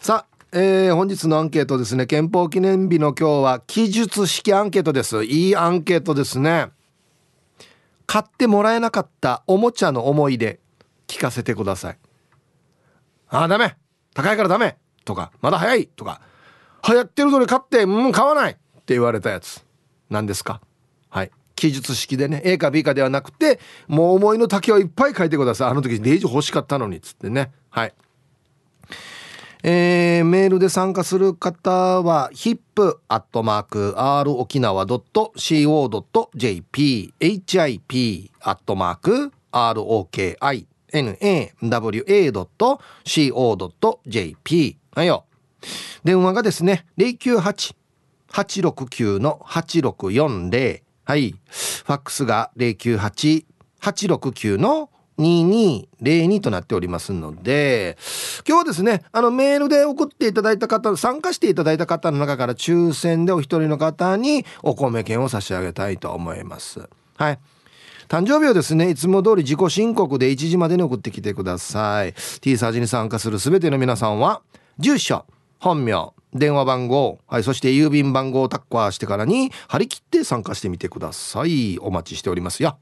さあ、本日のアンケートですね。憲法記念日の今日は記述式アンケートです。いいアンケートですね。買ってもらえなかったおもちゃの思い出聞かせてください。ダメ、高いからダメとか、まだ早いとか、流行ってるのに買って買わないって言われたやつ何ですか？はい、記述式でね、 A か B かではなくて、もう思いの丈をいっぱい書いてください。あの時デイジ欲しかったのにつってね。はい。メールで参加する方は hip@rokinawa.co.jp hip@rokinawa.co.jp はいよ。電話がですね、098-869-8640。はい。ファックスが 098-869-2202となっておりますので、今日はですね、メールで送っていただいた方、参加していただいた方の中から抽選でお一人の方にお米券を差し上げたいと思います。はい。誕生日をですね、いつも通り自己申告で1時までに送ってきてください。 T サージに参加するすべての皆さんは、住所、本名、電話番号、はい、そして郵便番号をタッカーしてからに張り切って参加してみてください。お待ちしておりますよ。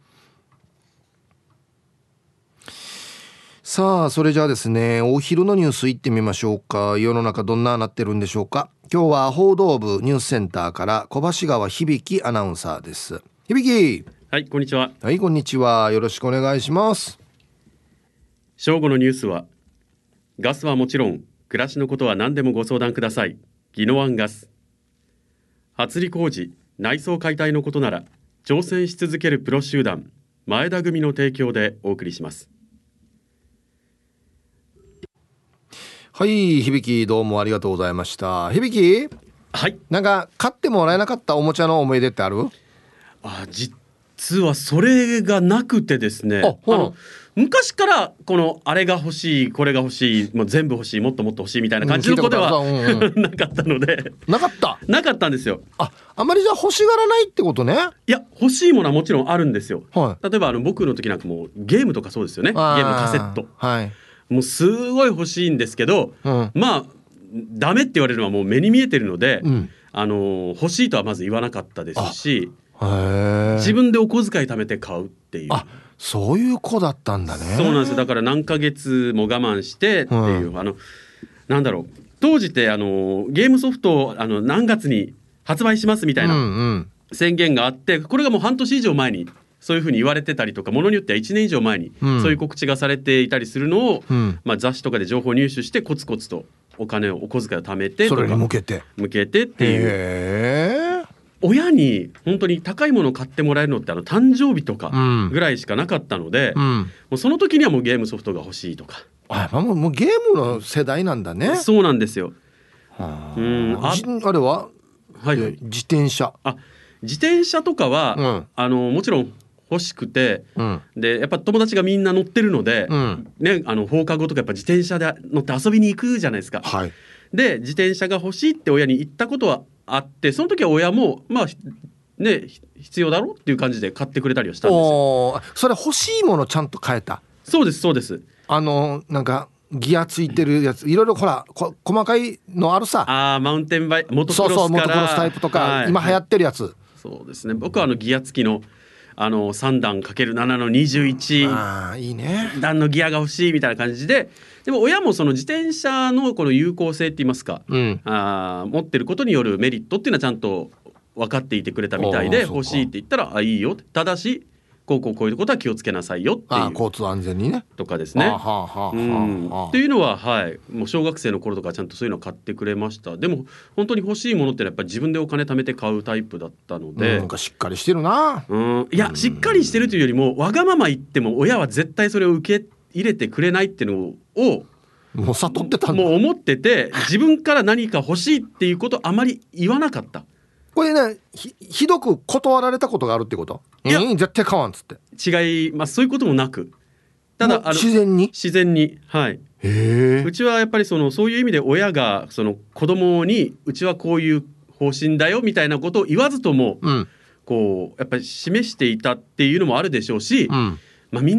さあ、それじゃあですね、お昼のニュースいってみましょうか。世の中どんななってるんでしょうか。今日は報道部ニュースセンターから小橋川響アナウンサーです。響。 はい、こんにちは。 はい、こんにちは。よろしくお願いします。 正午のニュースは、ガスはもちろん暮らしのことは何でもご相談ください。宜野湾ガス。初利工事、内装解体のことなら挑戦し続けるプロ集団前田組の提供でお送りします。 はい、響、どうもありがとうございました。響。 はい。 なんか買ってもらえなかったおもちゃの思い出ってある？ 実はそれがなくてですね、昔からこのあれが欲しい、これが欲しい、もう全部欲しい、もっともっと欲しいみたいな感じの子では、なかったので。 なかったんですよ。 あまりじゃ欲しがらないってことね。 いや、欲しいものはもちろんあるんですよ。 はい、 例えば僕の時なんかもうゲームとかそうですよね。ゲームカセット、 はい、 もうすごい欲しいんですけど、まあダメって言われるのはもう目に見えてるので、欲しいとはまず言わなかったですし、自分でお小遣い貯めて買うっていう。 そういう子だったんだね。 そうなんですよ。だから何ヶ月も我慢してっていう、なんだろう、当時ってゲームソフトを何月に発売しますみたいな宣言があって、これがもう半年以上前にそういうふうに言われてたりとか、ものによっては1年以上前にそういう告知がされていたりするのを、雑誌とかで情報入手してコツコツとお金を、お小遣いを貯めてとか、 それに向けてっていう。親に本当に高いものを買ってもらえるのって誕生日とかぐらいしかなかったので、もうその時にはもうゲームソフトが欲しいとか。 もうゲームの世代なんだね。 そうなんですよ。 あれは、 はい、 自転車とかは、もちろん欲しくて、でやっぱ友達がみんな乗ってるので、放課後とかやっぱ自転車で乗って遊びに行くじゃないですか。で自転車が欲しいって親に言ったことはあって、その時は親も必要だろうっていう感じで買ってくれたりはしたんですよ。 それ欲しいものちゃんと買えた？ そうですそうです。 なんかギアついてるやつ、いろいろほら細かいのあるさ。 マウンテンバイク、モトクロスから、 モトクロスタイプとか、今流行ってるやつ。 そうですね。僕はギア付きの3段 ×7 の21 いいね段のギアが欲しいみたいな感じで、でも親もその自転車のこの有効性って言いますか、持ってることによるメリットっていうのはちゃんと分かっていてくれたみたいで、欲しいって言ったらいいよ、ただしこういうことは気をつけなさいよっていう、 交通安全にねとかですね。っていうのは、もう小学生の頃とかちゃんとそういうのを買ってくれました。でも本当に欲しいものってやっぱり自分でお金貯めて買うタイプだったので、 なんかしっかりしてるな。 いや、しっかりしてるというよりも、わがまま言っても親は絶対それを受け入れてくれないっていうのをもう悟ってたんだ。 もう思ってて、自分から何か欲しいっていうことをあまり言わなかった。 これね、ひどく断られたことがあるってこと？いや、絶対買わんっつって。 違います。そういうこともなく、ただ自然に、 はい。うちはやっぱりそういう意味で親が子供にうちはこういう方針だよみたいなことを言わずとも、こうやっぱり示していたっていうのもあるでしょうし、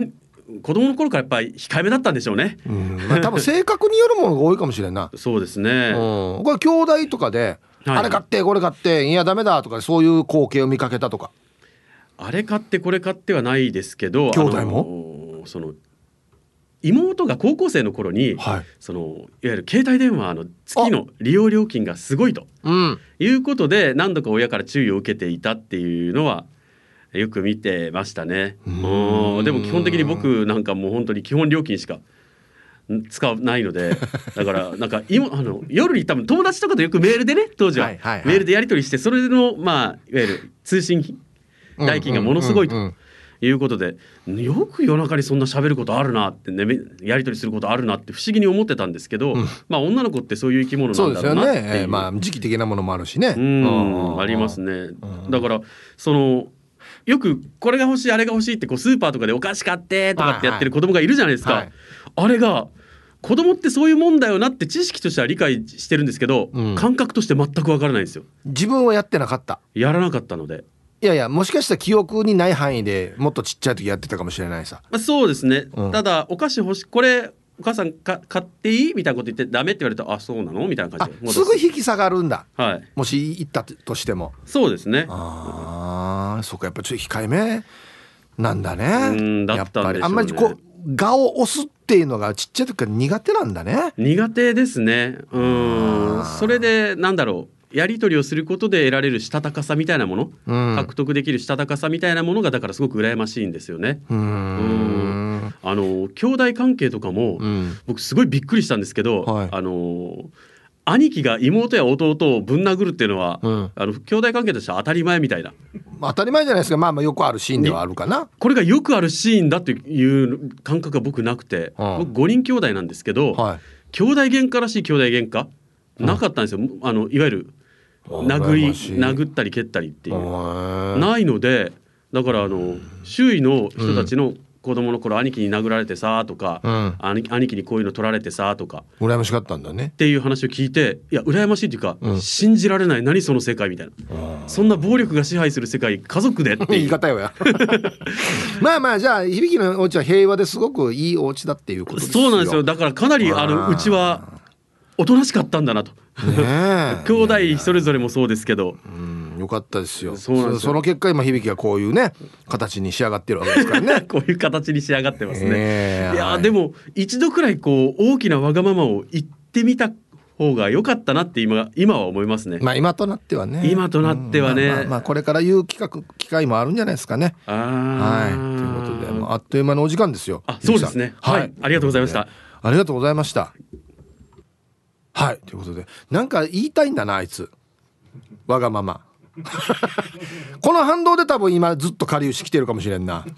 子供の頃からやっぱり控えめだったんでしょうね。 まあ、多分性格によるものが多いかもしれんな。 そうですね。 これ兄弟とかで、はい、あれ買ってこれ買っていやダメだとかそういう光景を見かけたとか。 あれ買ってこれ買ってはないですけど、 兄弟もその妹が高校生の頃に、はい、いわゆる携帯電話の月の利用料金がすごいと、いうことで何度か親から注意を受けていたっていうのはよく見てましたね。でも基本的に僕なんかもう本当に基本料金しか使わないので、だからなんか夜に多分友達とかとよくメールでね、当時はメールでやり取りして、それのいわゆる通信費代金がものすごいということで、よく夜中にそんな喋ることあるなってね、やり取りすることあるなって不思議に思ってたんですけど、女の子ってそういう生き物なんだろうなっていう。そうですよね。時期的なものもあるしね。ありますね。だからよくこれが欲しいあれが欲しいってスーパーとかでお菓子買ってとかってやってる子供がいるじゃないですか。あれが子供ってそういうもんだよなって知識としては理解してるんですけど、感覚として全くわからないんですよ。 自分はやってなかった。 やらなかったので。 いやいや、もしかしたら記憶にない範囲でもっとちっちゃい時やってたかもしれないさ。 そうですね、ただお菓子欲しいこれお母さん買っていいみたいなこと言ってダメって言われたら、あ、そうなのみたいな感じですぐ引き下がるんだ、 はい、 もし行ったとしても。 そうですね。 そうか、やっぱちょっと控えめなんだね。 だったんでしょうね。 やっぱりあんまり我を押すっていうのがちっちゃい時から苦手なんだね。 苦手ですね。それでなんだろう、やり取りをすることで得られるしたたかさみたいなもの、獲得できるしたたかさみたいなものがだからすごく羨ましいんですよね。兄弟関係とかも、僕すごいびっくりしたんですけど、兄貴が妹や弟をぶん殴るっていうのは、兄弟関係としては当たり前みたいな。 当たり前じゃないですか。まあよくあるシーンではあるかな。 これがよくあるシーンだっていう感覚が僕なくて、僕5人兄弟なんですけど、兄弟喧嘩らしい兄弟喧嘩なかったんですよ。いわゆる殴ったり蹴ったりっていうないので、だから周囲の人たちの子供の頃、兄貴に殴られてさとか、兄貴にこういうの取られてさとか羨ましかったんだねっていう話を聞いて、いや羨ましいっていうか、信じられない、何その世界みたいな、そんな暴力が支配する世界家族でっていう言い方よやまあじゃあ響のお家は平和ですごくいいお家だっていうことですよ。 そうなんですよ。だからかなりうちはおとなしかったんだなと兄弟それぞれもそうですけど、 よかったですよ。その結果今響がこういうね形に仕上がってるわけですからねこういう形に仕上がってますね。いや、でも一度くらい大きなわがままを言ってみた方が良かったなって今は思いますね。 今となってはね。これから言う機会もあるんじゃないですかね。ということであっという間のお時間ですよ。 そうですね。はい、ありがとうございました。 ありがとうございました。はい、ということでなんか言いたいんだな、あいつわがままこの反動で多分今ずっとかりゆし来てるかもしれんな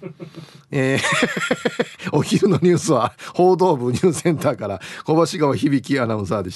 お昼のニュースは報道部ニュースセンターから小橋川響アナウンサーでした。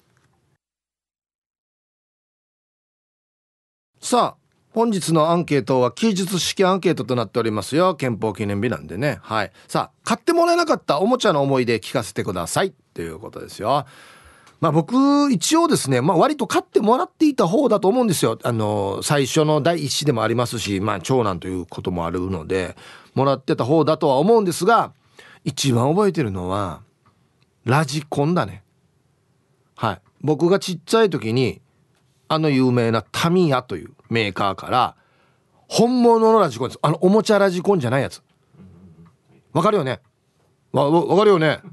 さあ本日のアンケートは記述式アンケートとなっておりますよ。憲法記念日なんでね。はい。さあ買ってもらえなかったおもちゃの思い出聞かせてくださいということですよ。僕一応ですね、割と買ってもらっていた方だと思うんですよ。最初の第一子でもありますし、長男ということもあるのでもらってた方だとは思うんですが、一番覚えてるのはラジコンだね。はい。僕がちっちゃい時に有名なタミヤというメーカーから本物のラジコンです。おもちゃラジコンじゃないやつ。わかるよね。わかるよね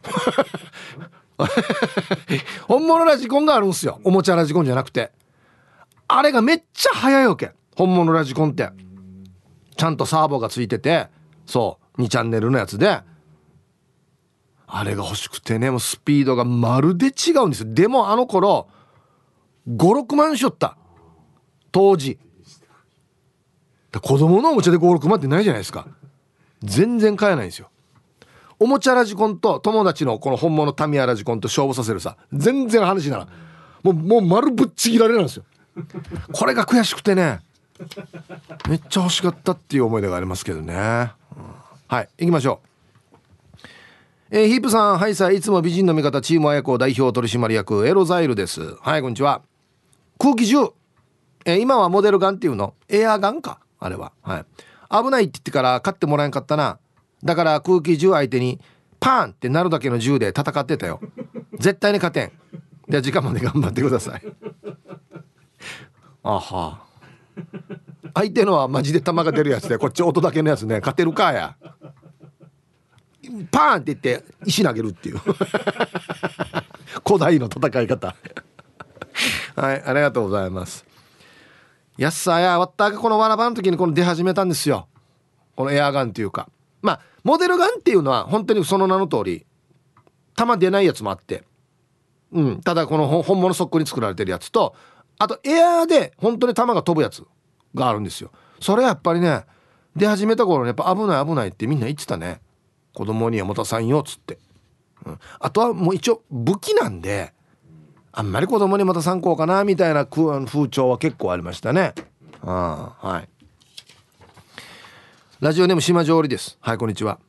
本物ラジコンがあるんすよ。おもちゃラジコンじゃなくて。あれがめっちゃ速いわけ。本物ラジコンってちゃんとサーボがついてて、そう2チャンネルのやつで、あれが欲しくてね、もうスピードがまるで違うんですよ。でも頃5、6万しよった。当時子供のおもちゃで5、6万ってないじゃないですか。全然買えないんですよ。おもちゃラジコンと友達のこの本物タミヤラジコンと勝負させるさ、全然話ならもう丸ぶっちぎられるんですよ。これが悔しくてね、めっちゃ欲しかったっていう思い出がありますけどね。はい、行きましょう。ヒープさん、はいさい、いつも美人の味方チームあやこ代表取締役エロザイルです。はい、こんにちは。空気銃、今はモデルガンっていうの、エアガンかあれは。はい、危ないって言ってから買ってもらえんかったな。 だから空気銃相手にパーンってなるだけの銃で戦ってたよ。絶対に勝てん。では時間まで頑張ってください。あは相手のはマジで弾が出るやつで、こっち音だけのやつね、勝てるかや。パーンって言って石投げるっていう古代の戦い方はい、ありがとうございます。やっさやわったがこのわらばの時にこの出始めたんですよ、このエアガンっていうか、まあモデルガンっていうのは本当にその名の通り弾出ないやつもあって、ただこの本物そっくりに作られてるやつと、あとエアーで本当に弾が飛ぶやつがあるんですよ。それやっぱりね、出始めた頃ね、やっぱ危ない危ないってみんな言ってたね。子供には持たさんよっつって、あとはもう一応武器なんであんまり子供に持たさんこうかなみたいな風潮は結構ありましたね。はい。ラジオネーム島上りです。はい、こんにちは。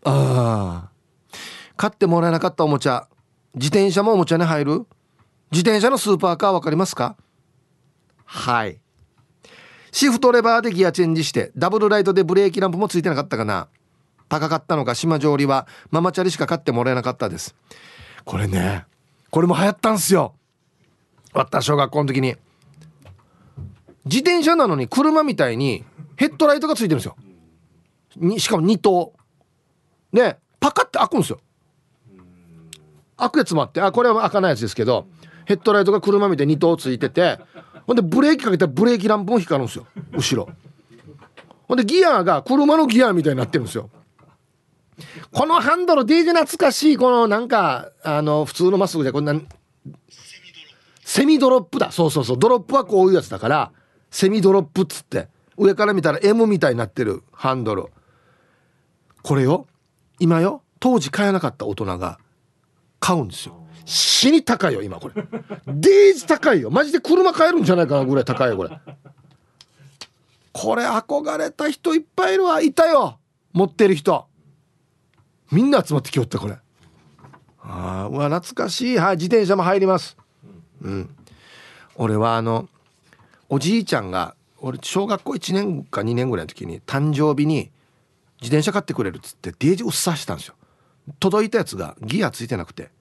買ってもらえなかったおもちゃ、自転車もおもちゃに入る自転車のスーパーカーわかりますか？はい。シフトレバーでギアチェンジしてダブルライトでブレーキランプもついてなかったかな。高かったのか島上りはママチャリしか買ってもらえなかったです。これね、これも流行ったんすよ。私小学校の時に自転車なのに車みたいにヘッドライトがついてるんですよ。しかも2灯でパカって開くんですよ。開くやつもあって、これは開かないやつですけど、ヘッドライトが車みたいに2灯ついてて、ほんでブレーキかけたらブレーキランプも光るんですよ、後ろ。ほんでギアが車のギアみたいになってるんですよ。このハンドル DJ 懐かしい。このなんか普通のまっすぐじゃこんなセミドロップだ。そうそうそう、ドロップはこういうやつだからセミドロップっつって、上から見たら M みたいになってるハンドル。これよ、今よ、当時買えなかった大人が買うんですよ。死に高いよ今これ。デージ高いよマジで。車買えるんじゃないかなぐらい高いよこれ。これ憧れた人いっぱいいるわ。いたよ、持ってる人みんな集まってきよったこれ。うわ懐かしい。はい、自転車も入ります。俺はおじいちゃんが、俺小学校1年か2年ぐらいの時に誕生日に自転車買ってくれるっつってデージうっさしたんですよ。届いたやつがギアついてなくて、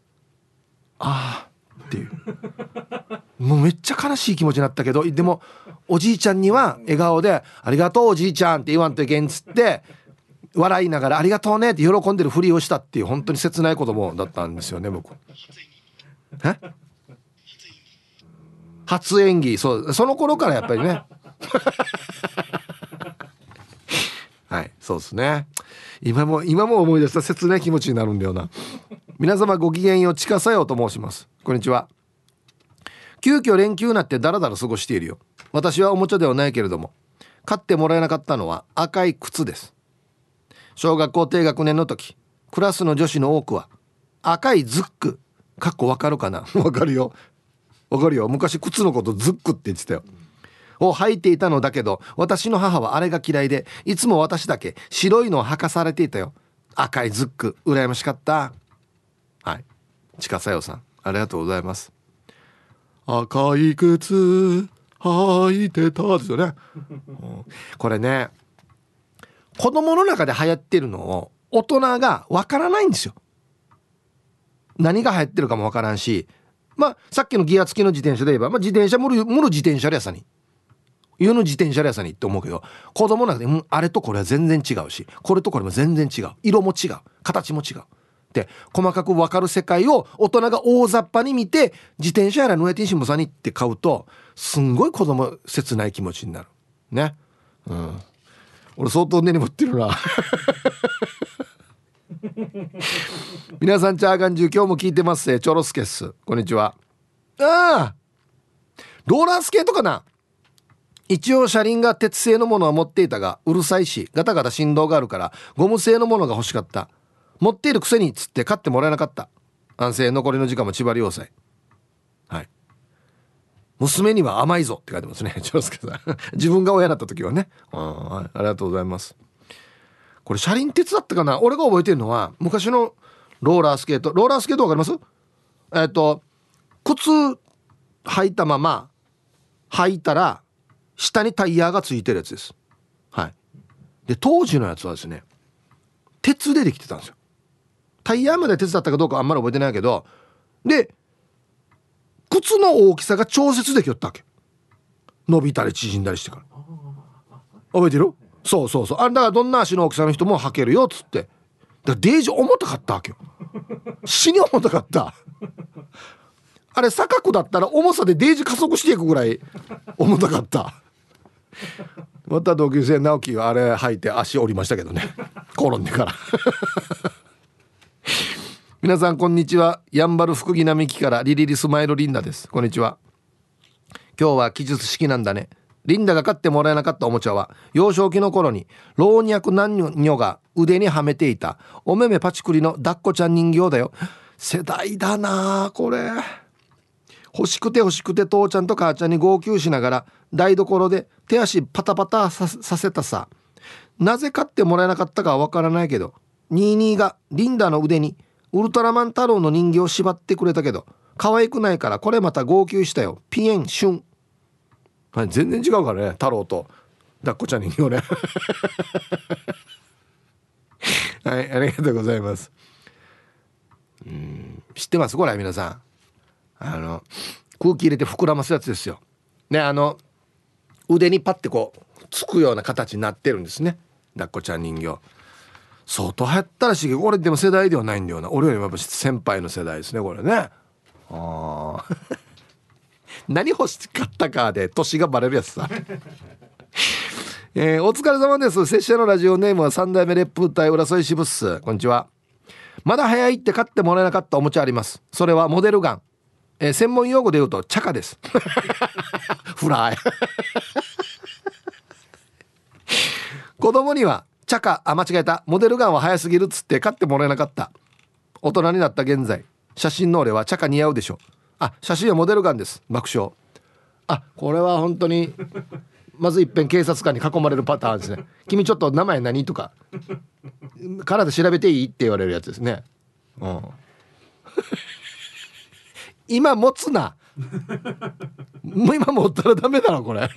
っていうもうめっちゃ悲しい気持ちになったけど、でもおじいちゃんには笑顔でありがとうおじいちゃんって言わんといけんっつって笑いながらありがとうねって喜んでるふりをしたっていう、本当に切ない子供だったんですよね僕。初演技、その頃からやっぱりねはいそうですね。今も思い出した切ない気持ちになるんだよな。皆様ごきげんよう、ちかさよと申します。こんにちは。急遽連休になってダラダラ過ごしているよ。私はおもちゃではないけれども買ってもらえなかったのは赤い靴です。小学校低学年の時、クラスの女子の多くは赤いズックかっこわかるかなわかるよわかるよ、昔靴のことズックって言ってたよを履いていたのだけど、私の母はあれが嫌いでいつも私だけ白いのを履かされていたよ。赤いズック羨ましかった。はい、ちかさよさんありがとうございます。赤い靴履いてたですよねこれね、子供の中で流行ってるのを大人がわからないんですよ。何が流行ってるかもわからんし、さっきのギア付きの自転車で言えば、自転車無る自転車屋さんに湯の自転車屋さんにって思うけど、子供の中で、あれとこれは全然違うし、これとこれも全然違う、色も違う、形も違うで細かく分かる世界を大人が大雑把に見て、自転車やらヌエティンシムさんにって買うとすんごい子供切ない気持ちになるね。俺相当根に持ってるな皆さんチャーガンジュ今日も聞いてます。チョロスケっす。こんにちは。ローラースケートかな。一応車輪が鉄製のものは持っていたがうるさいしガタガタ振動があるからゴム製のものが欲しかった。持っているくせにつって買ってもらえなかった。安静、残りの時間も千葉良妻。はい、娘には甘いぞって書いてますねチョロスケさん自分が親だった時はね。はい、ありがとうございます。これ車輪鉄だったかな。俺が覚えてるのは昔のローラースケートわかります？靴履いたまま履いたら下にタイヤがついてるやつです。はい。で当時のやつはですね、 鉄でできてたんですよ。タイヤまで鉄だったかどうかあんまり覚えてないけど、で靴の大きさが調節できよったわけ。伸びたり縮んだりしてから覚えてる？そうそうそう。あれだからどんな足の大きさの人も履けるよっつって。だからデージ重たかったわけよ。死に重たかった。あれ坂区だったら重さでデージ加速していくぐらい重たかった。また同級生直樹はあれ履いて足折りましたけどね、転んでから皆さんこんにちは。やんばる福木並木からリリリスマイルリンダです。こんにちは。今日は記述式なんだね。リンダが買ってもらえなかったおもちゃは幼少期の頃に老若男女が腕にはめていたお目目パチクリの抱っこちゃん人形だよ。世代だなこれ。欲しくて欲しくて父ちゃんと母ちゃんに号泣しながら台所で手足パタパタ させたさ。なぜ買ってもらえなかったかはわからないけど、22がリンダの腕にウルトラマン太郎の人形を縛ってくれたけど可愛くないからこれまた号泣したよ。ピエンシュン、はい、全然違うからね、太郎と抱っこちゃん人形ねはい、ありがとうございます。知ってますこれ皆さん。空気入れて膨らますやつですよね。腕にパッてこうつくような形になってるんですね、抱っこちゃん人形。相当流行ったらしいけど、俺でも世代ではないんだよな。俺よりもやっぱ先輩の世代ですねこれね。あ何欲しかったかで年がバレるやつさお疲れ様です。拙者のラジオネームは三代目烈風隊浦添支部っす。こんにちは。まだ早いって買ってもらえなかったおもちゃあります。それはモデルガン、専門用語で言うとチャカですフライ子供にはチャカ、間違えた、モデルガンは早すぎるっつって買ってもらえなかった。大人になった現在、写真の俺はチャカ似合うでしょ。あ、写真はモデルガンです。爆笑。あ、これは本当にまず一遍警察官に囲まれるパターンですね。君ちょっと名前何とか体調べていいって言われるやつですね。今持つなもう今持ったらダメだろこれ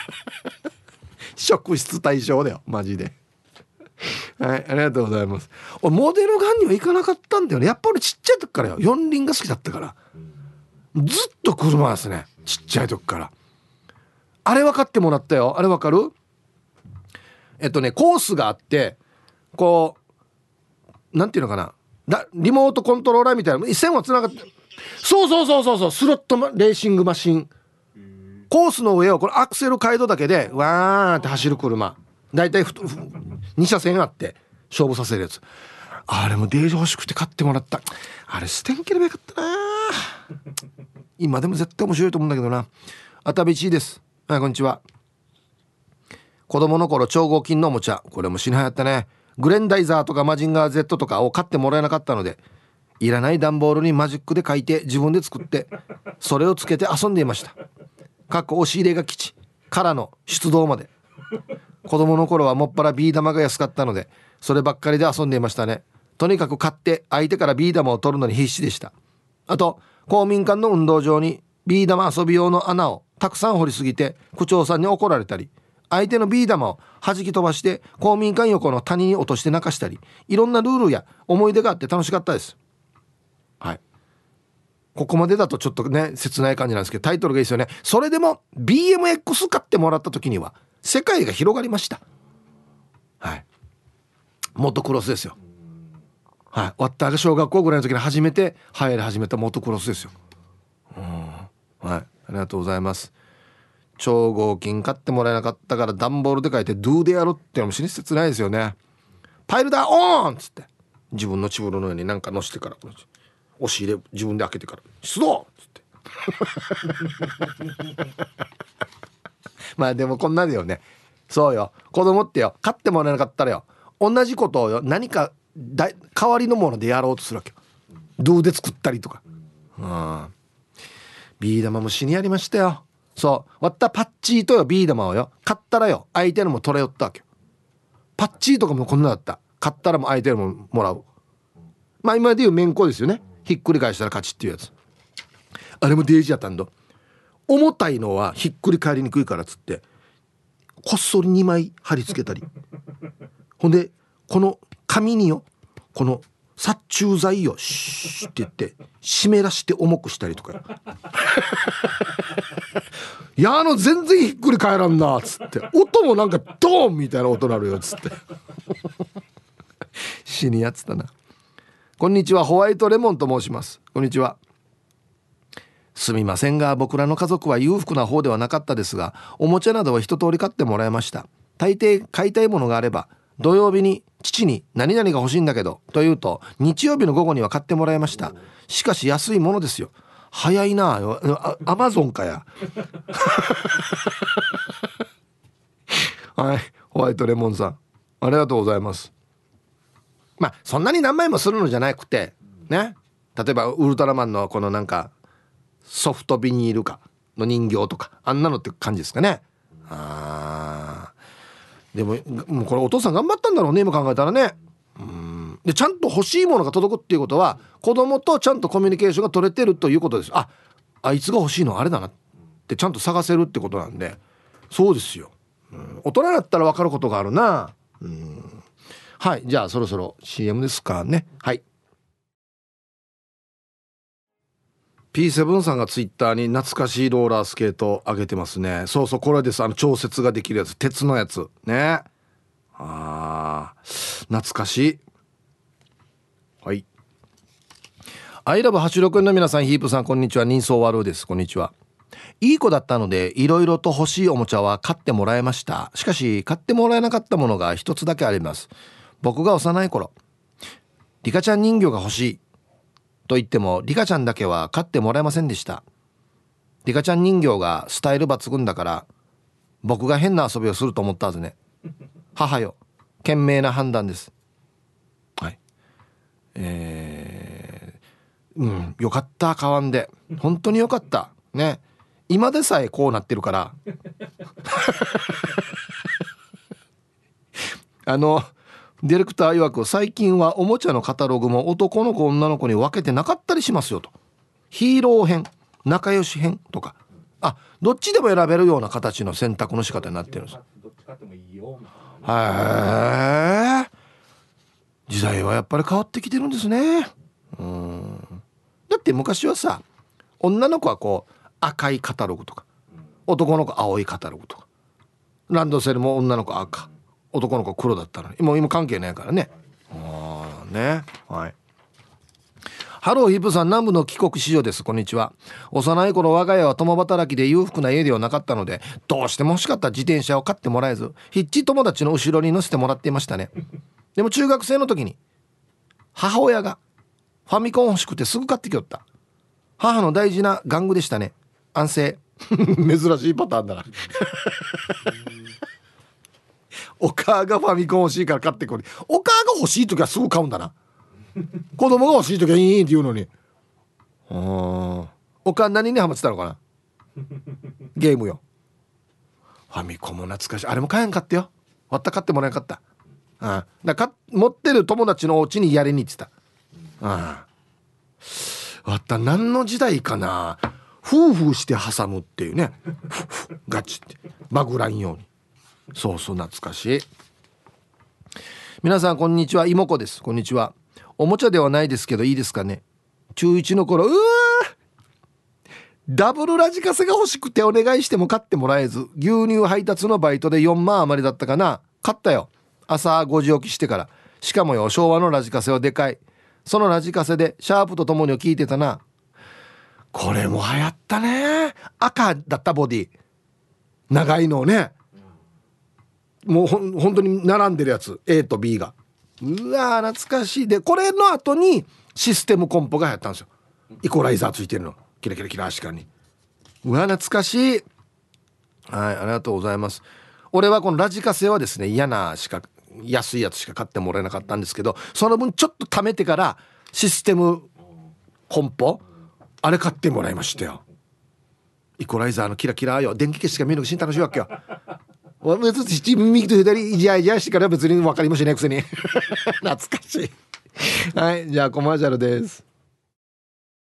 職質対象だよマジではい、ありがとうございます。俺モデルガンには行かなかったんだよね。やっぱりちっちゃい時からよ、四輪が好きだったからずっと車ですね、ちっちゃい時から。あれ分かってもらったよ。あれ分かる？コースがあって、こうなんていうのかな、リモートコントローラーみたいな線はつながって、そうスロットレーシングマシン、コースの上をこれアクセル街道だけでわーって走る車、だいたい2車線あって勝負させるやつ。あれもデージ欲しくて買ってもらった。あれ捨てんければよかったな今でも絶対面白いと思うんだけどな。あたびちです。はい、こんにちは。子供の頃超合金のおもちゃ、これも死に流行ったね。グレンダイザーとかマジンガー Z とかを買ってもらえなかったので、いらない段ボールにマジックで書いて自分で作ってそれをつけて遊んでいました。押し入れが基地からの出動まで。子供の頃はもっぱらビー玉が安かったのでそればっかりで遊んでいましたね。とにかく買って相手からビー玉を取るのに必死でした。あと公民館の運動場にビー玉遊び用の穴をたくさん掘りすぎて区長さんに怒られたり、相手のビー玉を弾き飛ばして公民館横の谷に落として泣かしたり、いろんなルールや思い出があって楽しかったです。はい、ここまでだとちょっとね切ない感じなんですけど、タイトルがいいですよね。それでも BMX 買ってもらった時には世界が広がりました。はい、モトクロスですよ。はい、私が小学校ぐらいの時に初めて流行り始めたモトクロスですよ。はい、ありがとうございます。超合金買ってもらえなかったから段ボールで書いてドゥでやるってのも親切ないですよね。パイルだオーンっつって自分のチブルの上に何か乗せてから押し入れ自分で開けてから出動っつってまあでもこんなだよね。そうよ、子供ってよ、買ってもらえなかったらよ同じことをよ何か代わりのものでやろうとするわけよ。ドゥで作ったりとか。ビー玉も死にやりましたよ。そう、割ったパッチーとよビー玉をよ買ったらよ相手のも取れよったわけよ。パッチーとかもこんなだった。買ったらも相手のももらう。まあ今でいうめんこですよね。ひっくり返したら勝ちっていうやつ。あれもデージやったんだ。重たいのはひっくり返りにくいからっつってこっそり2枚貼り付けたりほんでこの紙によこの殺虫剤をシューって言って湿らして重くしたりとかいや全然ひっくり返らんなっつって音もなんかドーンみたいな音なるよっつって死にやつだな。こんにちは、ホワイトレモンと申します。こんにちは。すみませんが僕らの家族は裕福な方ではなかったですが、おもちゃなどは一通り買ってもらいました。大抵買いたいものがあれば土曜日に父に何々が欲しいんだけどと言うと日曜日の午後には買ってもらいました。しかし安いものですよ。早いなアマゾンかやはい、ホワイトレモンさんありがとうございます。まあそんなに何枚もするのじゃなくてね、例えばウルトラマンのこのなんかソフトビニールかの人形とかあんなのって感じですかね。でももうこれお父さん頑張ったんだろうね今考えたらね。でちゃんと欲しいものが届くっていうことは子供とちゃんとコミュニケーションが取れてるということです。あいつが欲しいのはあれだなってちゃんと探せるってことなんで、そうですよ。大人だったら分かることがあるな。はい、じゃあそろそろ CM ですかね。はい。P7 さんがツイッターに懐かしいローラースケート上げてますね。そうそう、これです。調節ができるやつ、鉄のやつね。懐かしい。はい。アイラブ86の皆さん、ヒープさんこんにちは。人相ワルーです。こんにちは。いい子だったのでいろいろと欲しいおもちゃは買ってもらいました。しかし買ってもらえなかったものが一つだけあります。僕が幼い頃、リカちゃん人形が欲しいと言ってもリカちゃんだけは買ってもらえませんでした。リカちゃん人形がスタイル抜群だから僕が変な遊びをすると思ったはずね。母よ、賢明な判断です。はい。よかった、買わんで本当によかったね。今でさえこうなってるからディレクター曰く最近はおもちゃのカタログも男の子女の子に分けてなかったりしますよと。ヒーロー編、仲良し編とか、どっちでも選べるような形の選択の仕方になってるんです。どっち買ってもいいよみたいな。時代はやっぱり変わってきてるんですね。だって昔はさ、女の子はこう赤いカタログとか、男の子青いカタログとか、ランドセルも女の子赤、男の子黒だったのに今関係ないからね。ね、はい。ハローヒップさん、南部の帰国子女です。こんにちは。幼い頃我が家は共働きで裕福な家ではなかったのでどうしても欲しかった自転車を買ってもらえず、ヒッチ友達の後ろに乗せてもらっていましたね。でも中学生の時に母親がファミコン欲しくてすぐ買ってきよった。母の大事な玩具でしたね。安静珍しいパターンだなお母がファミコン欲しいから買ってこれ。お母が欲しい時はすぐ買うんだな子供が欲しい時はいいって言うのに。お母何にハマってたのかなゲームよ。ファミコンも懐かしい。あれも買えんかったよ。わった買ってもらえんかった。持ってる友達のお家にやりに行ってた。わった何の時代かな。夫婦して挟むっていうねガチってバグらんように。そうそう、懐かしい。皆さんこんにちは、妹子です。こんにちは。おもちゃではないですけどいいですかね。中1の頃ダブルラジカセが欲しくてお願いしても買ってもらえず、牛乳配達のバイトで4万余りだったかな。買ったよ、朝5時起きしてから。しかもよ、昭和のラジカセはでかい。そのラジカセでシャープとともに聞いてたな。これも流行ったね。赤だったボディ長いのをね、もう本当に並んでるやつ A と B が。うわー懐かしい。でこれの後にシステムコンポが流行ったんですよ。イコライザーついてるの、キラキラキラ確かに。うわ懐かしい。はい、ありがとうございます。俺はこのラジカセはですね、嫌なしか安いやつしか買ってもらえなかったんですけど、その分ちょっと貯めてからシステムコンポあれ買ってもらいましたよ。イコライザーのキラキラよ、電気消しか見るのがしん楽しいわけよ別に右と左イジャイジャしてから別に分かりもしないくせに懐かしいはい、じゃあコマーシャルです。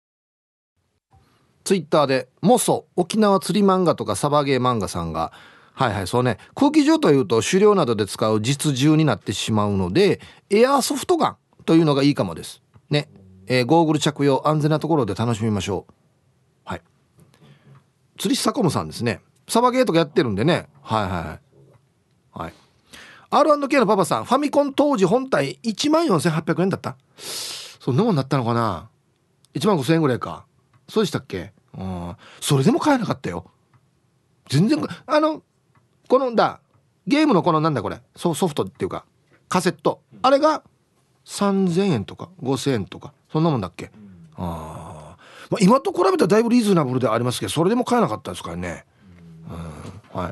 ツイッターでモソ沖縄釣り漫画とかサバゲー漫画さんがはいはい、そうね。空気銃というと狩猟などで使う実銃になってしまうので、エアーソフトガンというのがいいかもですね。ゴーグル着用、安全なところで楽しみましょう。はい。釣りサコムさんですね。サバゲーとかやってるんでね。はいはいはい。はい。R&K のパパさん、ファミコン当時本体14,800円だった。そんなもんだったのかな。15,000円ぐらいか。そうでしたっけ。うん。それでも買えなかったよ。全然このゲームのこのなんだこれ、ソフトっていうかカセット、あれが3,000円とか5,000円とかそんなもんだっけ。まあ、今と比べたらだいぶリーズナブルではありますけど、それでも買えなかったですからね。はい。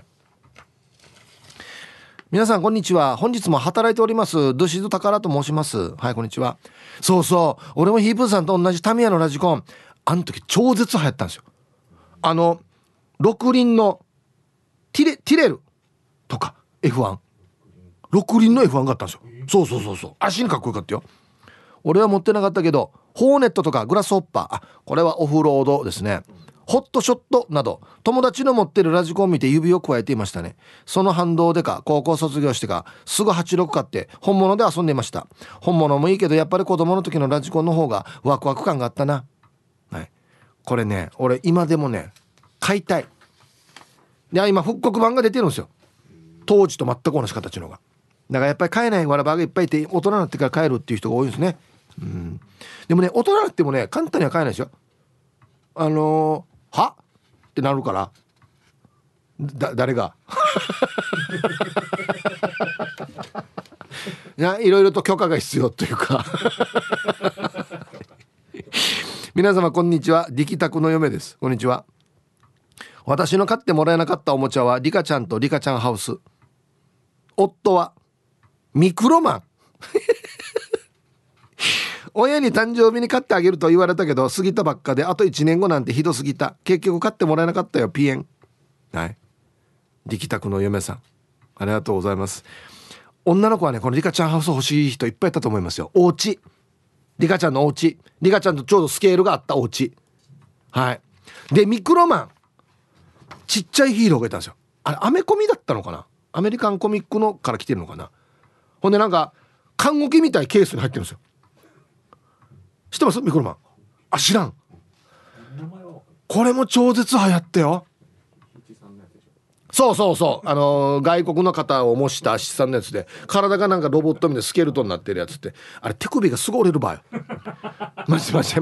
皆さんこんにちは。本日も働いておりますドシド宝と申します。はい、こんにちは。そうそう、俺もヒープーさんと同じタミヤのラジコン、あの時超絶流行ったんですよ。六輪のティレルとか F1、 六輪の F1 があったんですよ。そう足にかっこよかったよ。俺は持ってなかったけど、ホーネットとかグラスホッパー、これはオフロードですね、ホットショットなど友達の持ってるラジコンを見て指を加えていましたね。その反動でか高校卒業してかすぐ86買って本物で遊んでいました。本物もいいけどやっぱり子供の時のラジコンの方がワクワク感があったな。はい、これね、俺今でもね買いたい。で今復刻版が出てるんですよ。当時と全く同じ形のが。だからやっぱり買えないわらばがいっぱいいて、大人になってから買えるっていう人が多いですね。でもね、大人になってもね簡単には買えないですよ。はってなるから、誰がいろいろと許可が必要というか皆様こんにちは、力宅の嫁です。こんにちは。私の買ってもらえなかったおもちゃはリカちゃんとリカちゃんハウス。夫はミクロマン親に誕生日に買ってあげると言われたけど過ぎたばっかで、あと1年後なんてひどすぎた。結局買ってもらえなかったよ、ピエン。はい、力宅の嫁さんありがとうございます。女の子はね、このリカちゃんハウス欲しい人いっぱいいたと思いますよ。お家、リカちゃんのお家、リカちゃんとちょうどスケールがあったお家。はい。でミクロマン、ちっちゃいヒーローがいたんですよ。あれアメコミだったのかな、アメリカンコミックのから来てるのかな。ほんでなんか看護機みたいケースに入ってるんですよ。知ってます？ミクロマン。あ、知らん。これも超絶流行ったよ。そう外国の方を模した七三のやつで、体がなんかロボットみたいなスケルトンになってるやつって、あれ手首がすごい折れる場合マジで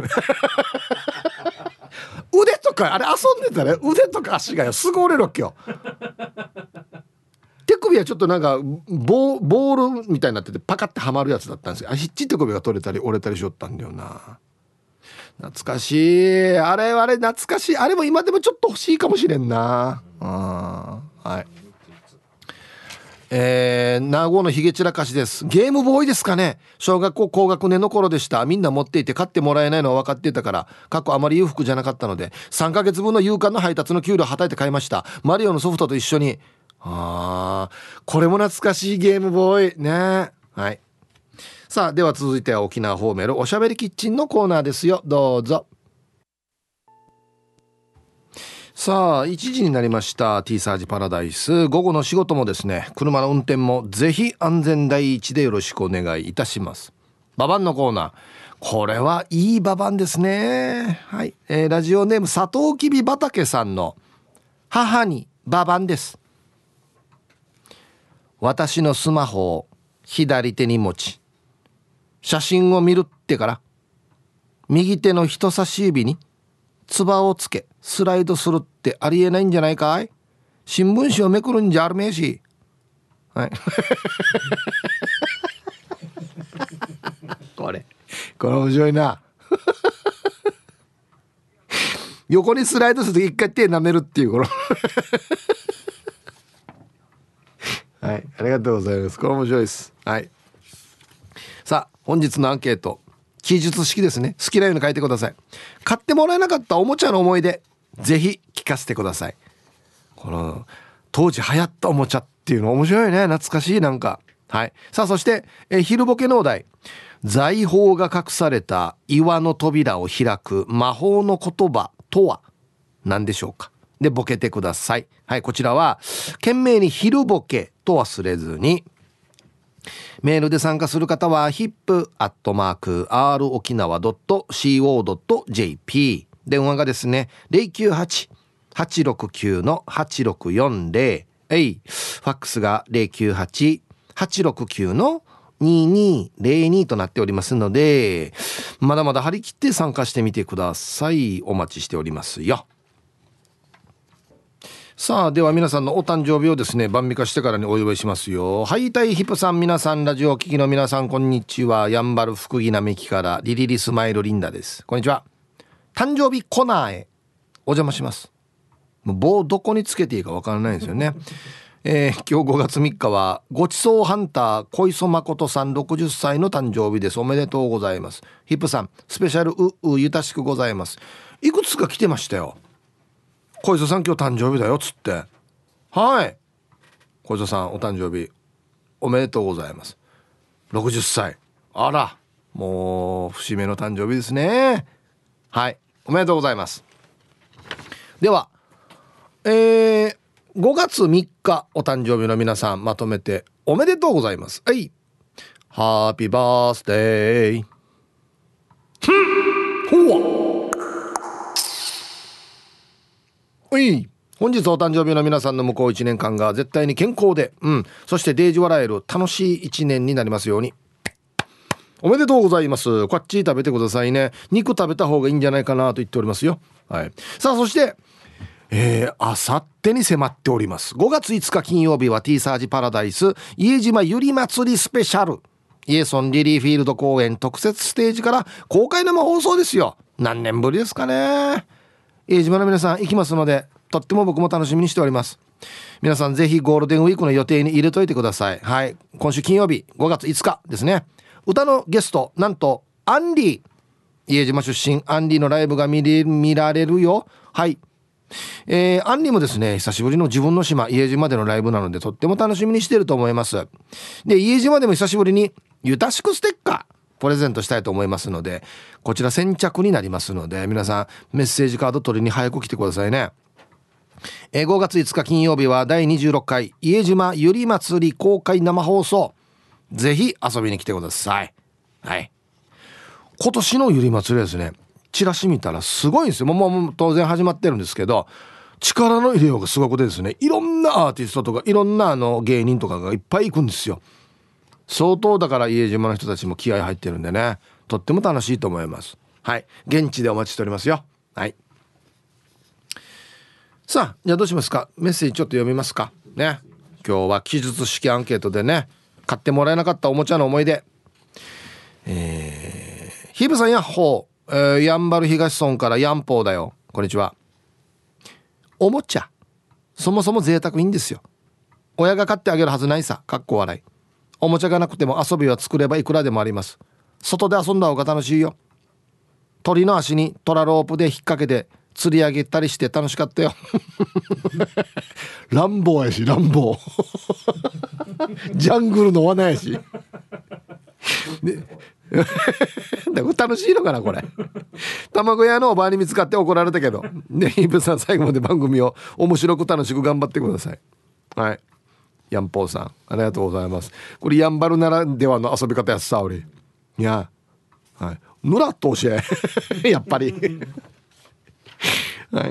腕とかあれ遊んでたら腕とか足がすぐ折れるわけよ。手首はちょっとなんかボールみたいになっててパカッてはまるやつだったんですよ。ひっち手首が取れたり折れたりしよったんだよな。懐かしい。あれ懐かしい。あれも今でもちょっと欲しいかもしれんな。はい。名護のヒゲ散らかしです。ゲームボーイですかね。小学校高学年の頃でした。みんな持っていて買ってもらえないのは分かっていたから、過去あまり裕福じゃなかったので3ヶ月分の夕刊の配達の給料はたいて買いました。マリオのソフトと一緒に。これも懐かしいゲームボーイね。はい。さあでは続いては沖縄ホーメルおしゃべりキッチンのコーナーですよ。どうぞ。さあ1時になりました。 T サージパラダイス、午後の仕事もですね、車の運転もぜひ安全第一でよろしくお願いいたします。ババンのコーナー、これはいいババンですね。はい、ラジオネームサトウキビ畑さんの母にババンです。私のスマホを左手に持ち写真を見るってから、右手の人差し指につばをつけスライドするってありえないんじゃないかい。新聞紙をめくるんじゃあるめえし。はいこれ面白いな横にスライドすると一回手舐めるっていうこのはい、ありがとうございます。これ面白いです。はい。さあ本日のアンケート、記述式ですね。好きなように書いてください。買ってもらえなかったおもちゃの思い出、ぜひ聞かせてください。この当時流行ったおもちゃっていうの面白いね。懐かしいなんか。はい。さあそして昼ボケのお題、財宝が隠された岩の扉を開く魔法の言葉とは何でしょうか。 でボケてください。はい、こちらは懸命に昼ボケと忘れずに。メールで参加する方は hip@rokinawa.co.jp、 電話がですね 098-869-8640、 ファックスが 098-869-2202 となっておりますので、まだまだ張り切って参加してみてください。お待ちしておりますよ。さあ、では皆さんのお誕生日をですね晩御飯してからにお祝いしますよ。はい、たいヒップさん、皆さん、ラジオを聴きの皆さん、こんにちは。やんばる福木並木からリリリスマイルリンダです。こんにちは。誕生日コーナーへお邪魔します。もう棒どこにつけていいかわからないんですよね。今日5月3日はごちそうハンター小磯誠さん60歳の誕生日です。おめでとうございます。ヒップさん、スペシャルゆたしくございます。いくつか来てましたよ。小磯さん今日誕生日だよっつって。はい、小磯さんお誕生日おめでとうございます。60歳、あらもう節目の誕生日ですね。はい、おめでとうございます。では5月3日お誕生日の皆さん、まとめておめでとうございます。はい、ハッピーバースデー。ほわおい、本日お誕生日の皆さんの向こう1年間が絶対に健康で、そしてデージ笑える楽しい1年になりますように。おめでとうございます。こっち食べてくださいね。肉食べた方がいいんじゃないかなと言っておりますよ。はい。さあ、そしてあさってに迫っております5月5日金曜日は T サージパラダイス家島ゆり祭りスペシャル、イエソンリリーフィールド公演特設ステージから公開生放送ですよ。何年ぶりですかね。家島の皆さん行きますので、とっても僕も楽しみにしております。皆さんぜひゴールデンウィークの予定に入れといてください。はい、今週金曜日5月5日ですね。歌のゲスト、なんとアンディ、家島出身アンディのライブが見られるよ。はい、アンディもですね久しぶりの自分の島家島でのライブなのでとっても楽しみにしていると思います。で、家島でも久しぶりにゆたしくステッカープレゼントしたいと思いますので、こちら先着になりますので、皆さんメッセージカード取りに早く来てくださいね。5月5日金曜日は第26回家島ゆり祭り公開生放送、ぜひ遊びに来てください。はい、今年のゆり祭りですね、チラシ見たらすごいんですよ。もう当然始まってるんですけど、力の入れようがすごくてですね、いろんなアーティストとかいろんな芸人とかがいっぱい行くんですよ。相当だから家島の人たちも気合入ってるんでね、とっても楽しいと思います。はい、現地でお待ちしておりますよ。はい、さあ、じゃあどうしますか。メッセージちょっと読みますかね。今日は記述式アンケートでね、買ってもらえなかったおもちゃの思い出。ヒブさんやっほー、やんばる東村からやんぽーだよ。こんにちは。おもちゃそもそも贅沢いいんですよ。親が買ってあげるはずないさ、かっこ笑い。おもちゃがなくても遊びは作ればいくらでもあります。外で遊んだ方が楽しいよ。鳥の足にトラロープで引っ掛けて釣り上げたりして楽しかったよ。乱暴やし、乱暴。ジャングルの罠やし。楽しいのかなこれ。卵屋のおばあに見つかって怒られたけどね。イブさん、最後まで番組を面白く楽しく頑張ってください。はい、ヤンポーさんありがとうございます。これやんばるならではの遊び方やさ、俺いや、はい、ぬらっと教えやっぱりはい、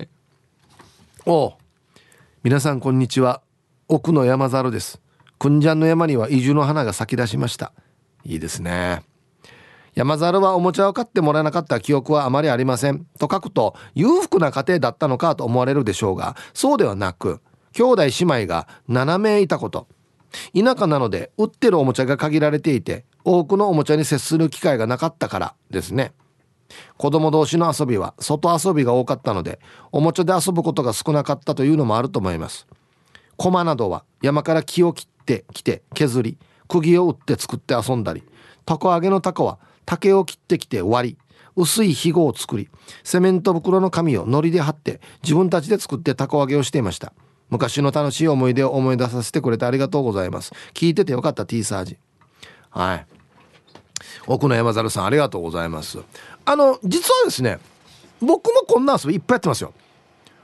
皆さんこんにちは。奥の山猿です。くんじゃんの山には移住の花が咲き出しました。いいですね。山猿はおもちゃを買ってもらえなかった記憶はあまりありませんと書くと裕福な家庭だったのかと思われるでしょうが、そうではなく、兄弟姉妹が7名いたこと、田舎なので売ってるおもちゃが限られていて多くのおもちゃに接する機会がなかったからですね。子供同士の遊びは外遊びが多かったのでおもちゃで遊ぶことが少なかったというのもあると思います。駒などは山から木を切ってきて削り、釘を打って作って遊んだり、タコ揚げのタコは竹を切ってきて割り、薄いひごを作り、セメント袋の紙を糊で貼って自分たちで作ってタコ揚げをしていました。昔の楽しい思い出を思い出させてくれてありがとうございます。聞いててよかった T サージ。はい、奥の山猿さんありがとうございます。実はですね、僕もこんな遊びいっぱいやってますよ。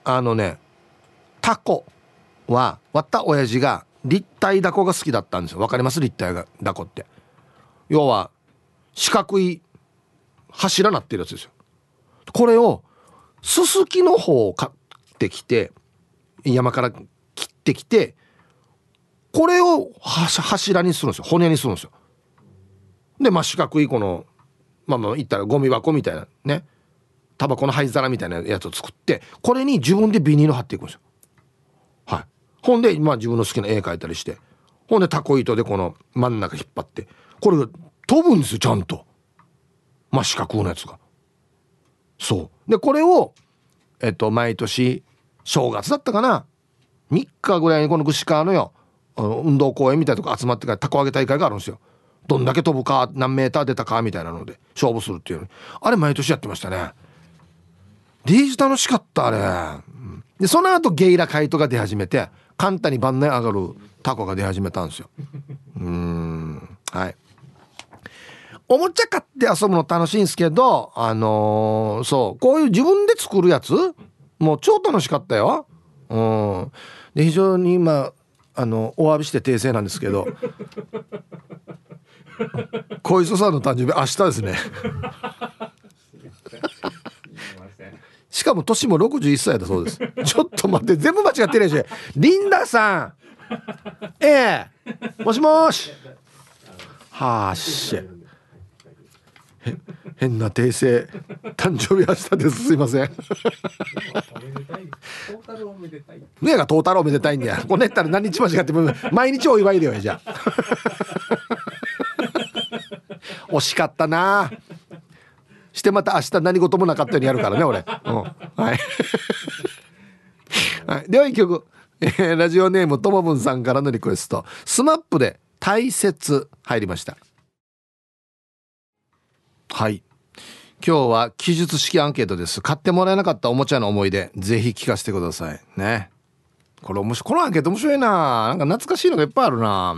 タコは割った親父が立体ダコが好きだったんですよ。わかります？立体ダコって要は四角い柱なってるやつですよ。これをススキの方を買ってきて山から切ってきてこれを柱にするんですよ。骨にするんですよ。で四角いこの言ったらゴミ箱みたいなねタバコの灰皿みたいなやつを作ってこれに自分でビニール貼っていくんですよ。はい。ほんで自分の好きな絵描いたりしてほんでタコ糸でこの真ん中引っ張ってこれが飛ぶんですよちゃんと四角のやつが。そうでこれを毎年正月だったかな3日ぐらいにこの串川の運動公園みたいなとこ集まってからタコ揚げ大会があるんですよ。どんだけ飛ぶか何メーター出たかみたいなので勝負するっていうあれ毎年やってましたね。デージ楽しかったあれ。でその後ゲイラカイトが出始めて簡単に晩年上がるタコが出始めたんですよ。はい。おもちゃ買って遊ぶの楽しいんですけどそうこういう自分で作るやつもう超楽しかったよ。で非常に今お詫びして訂正なんですけど小磯さんの誕生日明日ですねしかも年も61歳だそうです。ちょっと待って全部間違ってるしリンダさんもしもしはーし変な訂正誕生日明日ですすいませんねえがトータルおめでたいんだよ。これやったら何日間違っても毎日お祝いだよじゃあ惜しかったなしてまた明日何事もなかったようにやるからね俺、はい、はい、では一曲、ラジオネームともぶんさんからのリクエストスマップで大切入りました。はい、今日は記述式アンケートです。買ってもらえなかったおもちゃの思い出ぜひ聞かせてくださいね。このアンケート面白いな。なんか懐かしいのがいっぱいあるな。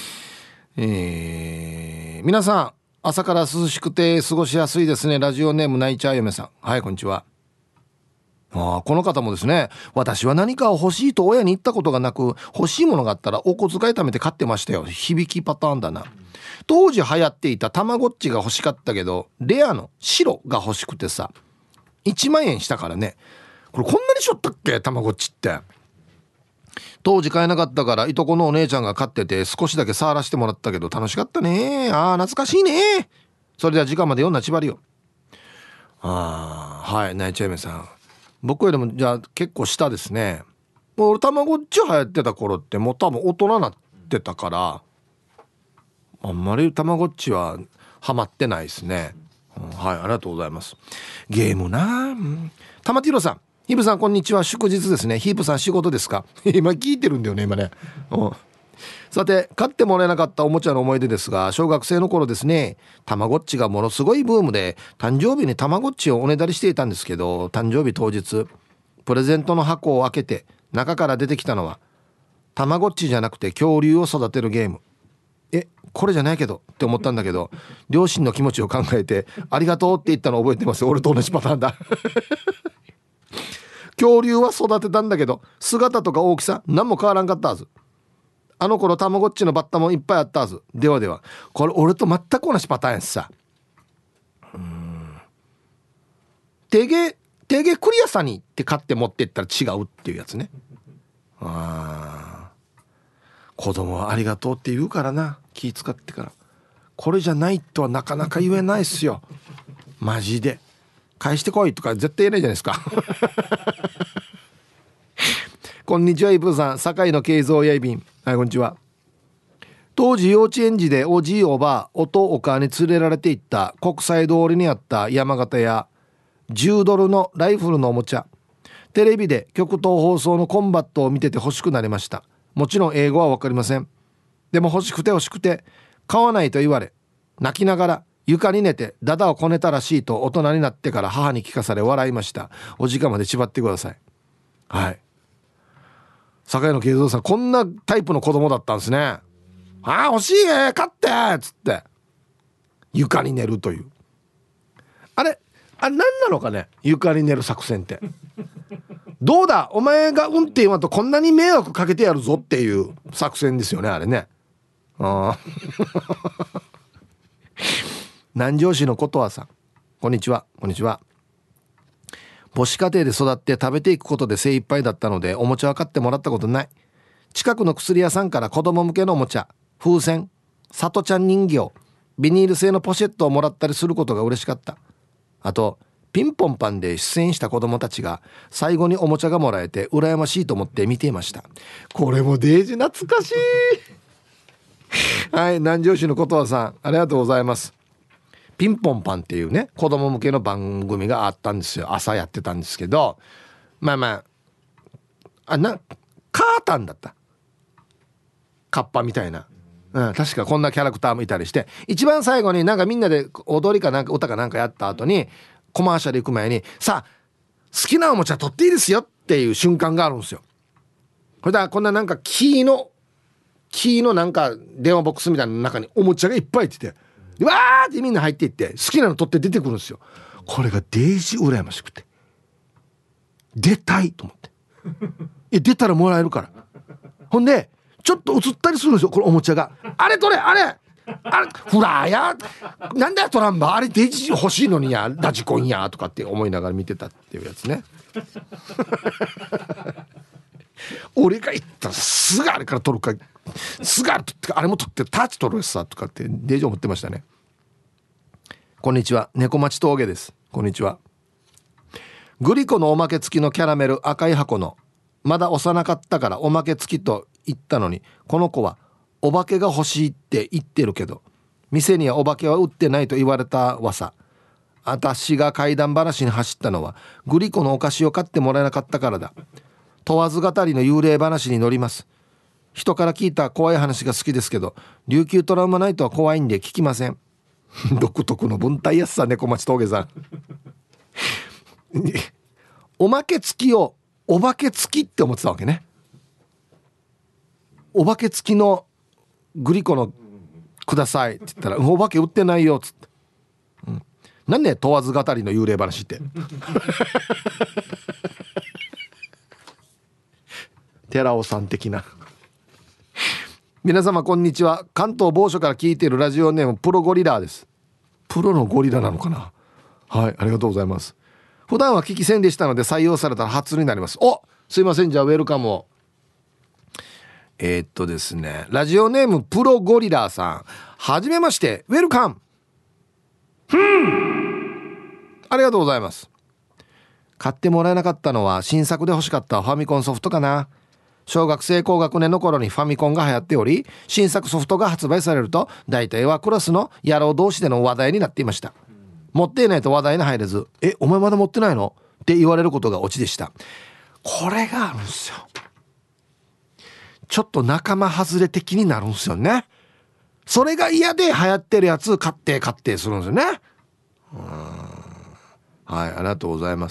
皆さん朝から涼しくて過ごしやすいですね。ラジオネーム泣いちゃう嫁さん、はいこんにちは。この方もですね、私は何かを欲しいと親に言ったことがなく欲しいものがあったらお小遣い貯めて買ってましたよ。響きパターンだな。当時流行っていたたまごっちが欲しかったけどレアの白が欲しくてさ1万円したからね。これこんなにしょったっけたまごっちって。当時買えなかったからいとこのお姉ちゃんが買ってて少しだけ触らせてもらったけど楽しかったね。懐かしいね。それでは時間まで読んだちばりよ。はい泣いちゃいめさん僕よりもじゃあ結構下ですね。もう俺たまごっち流行ってた頃ってもう多分大人なってたからあんまりたまごっちはハマってないですね。はいありがとうございます。ゲームな玉ティロさんヒープさんこんにちは。祝日ですね。ヒープさん仕事ですか今聞いてるんだよね今ね。さて買ってもらえなかったおもちゃの思い出ですが小学生の頃ですねたまごっちがものすごいブームで誕生日にたまごっちをおねだりしていたんですけど誕生日当日プレゼントの箱を開けて中から出てきたのはたまごっちじゃなくて恐竜を育てるゲーム。これじゃないけどって思ったんだけど両親の気持ちを考えてありがとうって言ったのを覚えてます。俺と同じパターンだ恐竜は育てたんだけど姿とか大きさ何も変わらんかったはず。あの頃たまごっちのバッタもいっぱいあったはず。ではこれ俺と全く同じパターンやさ。手芸クリアさにって買って持ってったら違うっていうやつね。子供はありがとうって言うからな気使ってから。これじゃないとはなかなか言えないっすよマジで。返してこいとか絶対言えないじゃないですかこんにちはイブさん堺の慶三やいびん、はいこんにちは。当時幼稚園児でおじいおばおとおかに連れられて行った国際通りにあった山形や10ドルのライフルのおもちゃテレビで極東放送のコンバットを見てて欲しくなりました。もちろん英語は分かりません。でも欲しくて買わないと言われ泣きながら床に寝てダダをこねたらしいと大人になってから母に聞かされ笑いました。お時間まで縛ってください。はい堺の慶三さんこんなタイプの子供だったんですね。欲しい買ってっつって床に寝るというあれ何なのかね床に寝る作戦ってどうだお前がうんって言わんとこんなに迷惑かけてやるぞっていう作戦ですよねあれね。あ南城市のことわさん、こんにちは。こんにちは。母子家庭で育って食べていくことで精一杯だったのでおもちゃは買ってもらったことない。近くの薬屋さんから子供向けのおもちゃ、風船、さとちゃん人形、ビニール製のポシェットをもらったりすることが嬉しかった。あとピンポンパンで出演した子供たちが最後におもちゃがもらえて羨ましいと思って見ていました。これもデージ懐かしいはい、南城市のことわさんありがとうございます。ピンポンパンっていうね子供向けの番組があったんですよ。朝やってたんですけど、まあカータンだった、カッパみたいな、確かこんなキャラクターもいたりして、一番最後になんかみんなで踊りかなんか歌かなんかやった後にコマーシャル行く前にさあ好きなおもちゃ取っていいですよっていう瞬間があるんですよ。これだこんななんかキーのなんか電話ボックスみたいな中におもちゃがいっぱい入ってて、わーってみんな入っていって好きなの取って出てくるんですよ。これがデージ羨ましくて出たいと思って出たらもらえるから。ほんでちょっと映ったりするんですよこのおもちゃが。あれ取れあれフラーやなんだよトランバーあれデージ欲しいのにやラジコンやとかって思いながら見てたっていうやつね俺が言ったらすぐあれから取るかすぐあれ取ってあれも取ってタッチ取るさとかってデージ思ってましたね。こんにちは、猫町峠です。こんにちは。グリコのおまけ付きのキャラメル赤い箱のまだ幼かったからおまけ付きと言ったのにこの子はお化けが欲しいって言ってるけど店にはお化けは売ってないと言われたわさ。私が怪談話に走ったのはグリコのお菓子を買ってもらえなかったからだ。問わず語りの幽霊話に乗ります。人から聞いた怖い話が好きですけど琉球トラウマナイトは怖いんで聞きません独特の文体やすさ猫町峠さんおまけ付きをお化け付きって思ってたわけね。お化け付きのグリコのくださいって言ったらお化け売ってないよっつって、なんで問わず語りの幽霊話って寺尾さん的な皆様こんにちは。関東某所から聞いているラジオネームプロゴリラーです。プロのゴリラなのかな。はい、ありがとうございます。普段は聞き戦でしたので採用されたら初になります。お、すいません、じゃあウェルカムを。ですね、ラジオネームプロゴリラーさん、はじめまして、ウェルカム。ありがとうございます。買ってもらえなかったのは新作で欲しかったファミコンソフトかな。小学生高学年の頃にファミコンが流行っており新作ソフトが発売されると大体はクラスの野郎同士での話題になっていました。持っていないと話題に入れずお前まだ持ってないのって言われることがオチでした。これがあるんですよ。ちょっと仲間外れ的になるんですよね。それが嫌で流行ってるやつ買ってするんですよね。はい、ありがとうございます。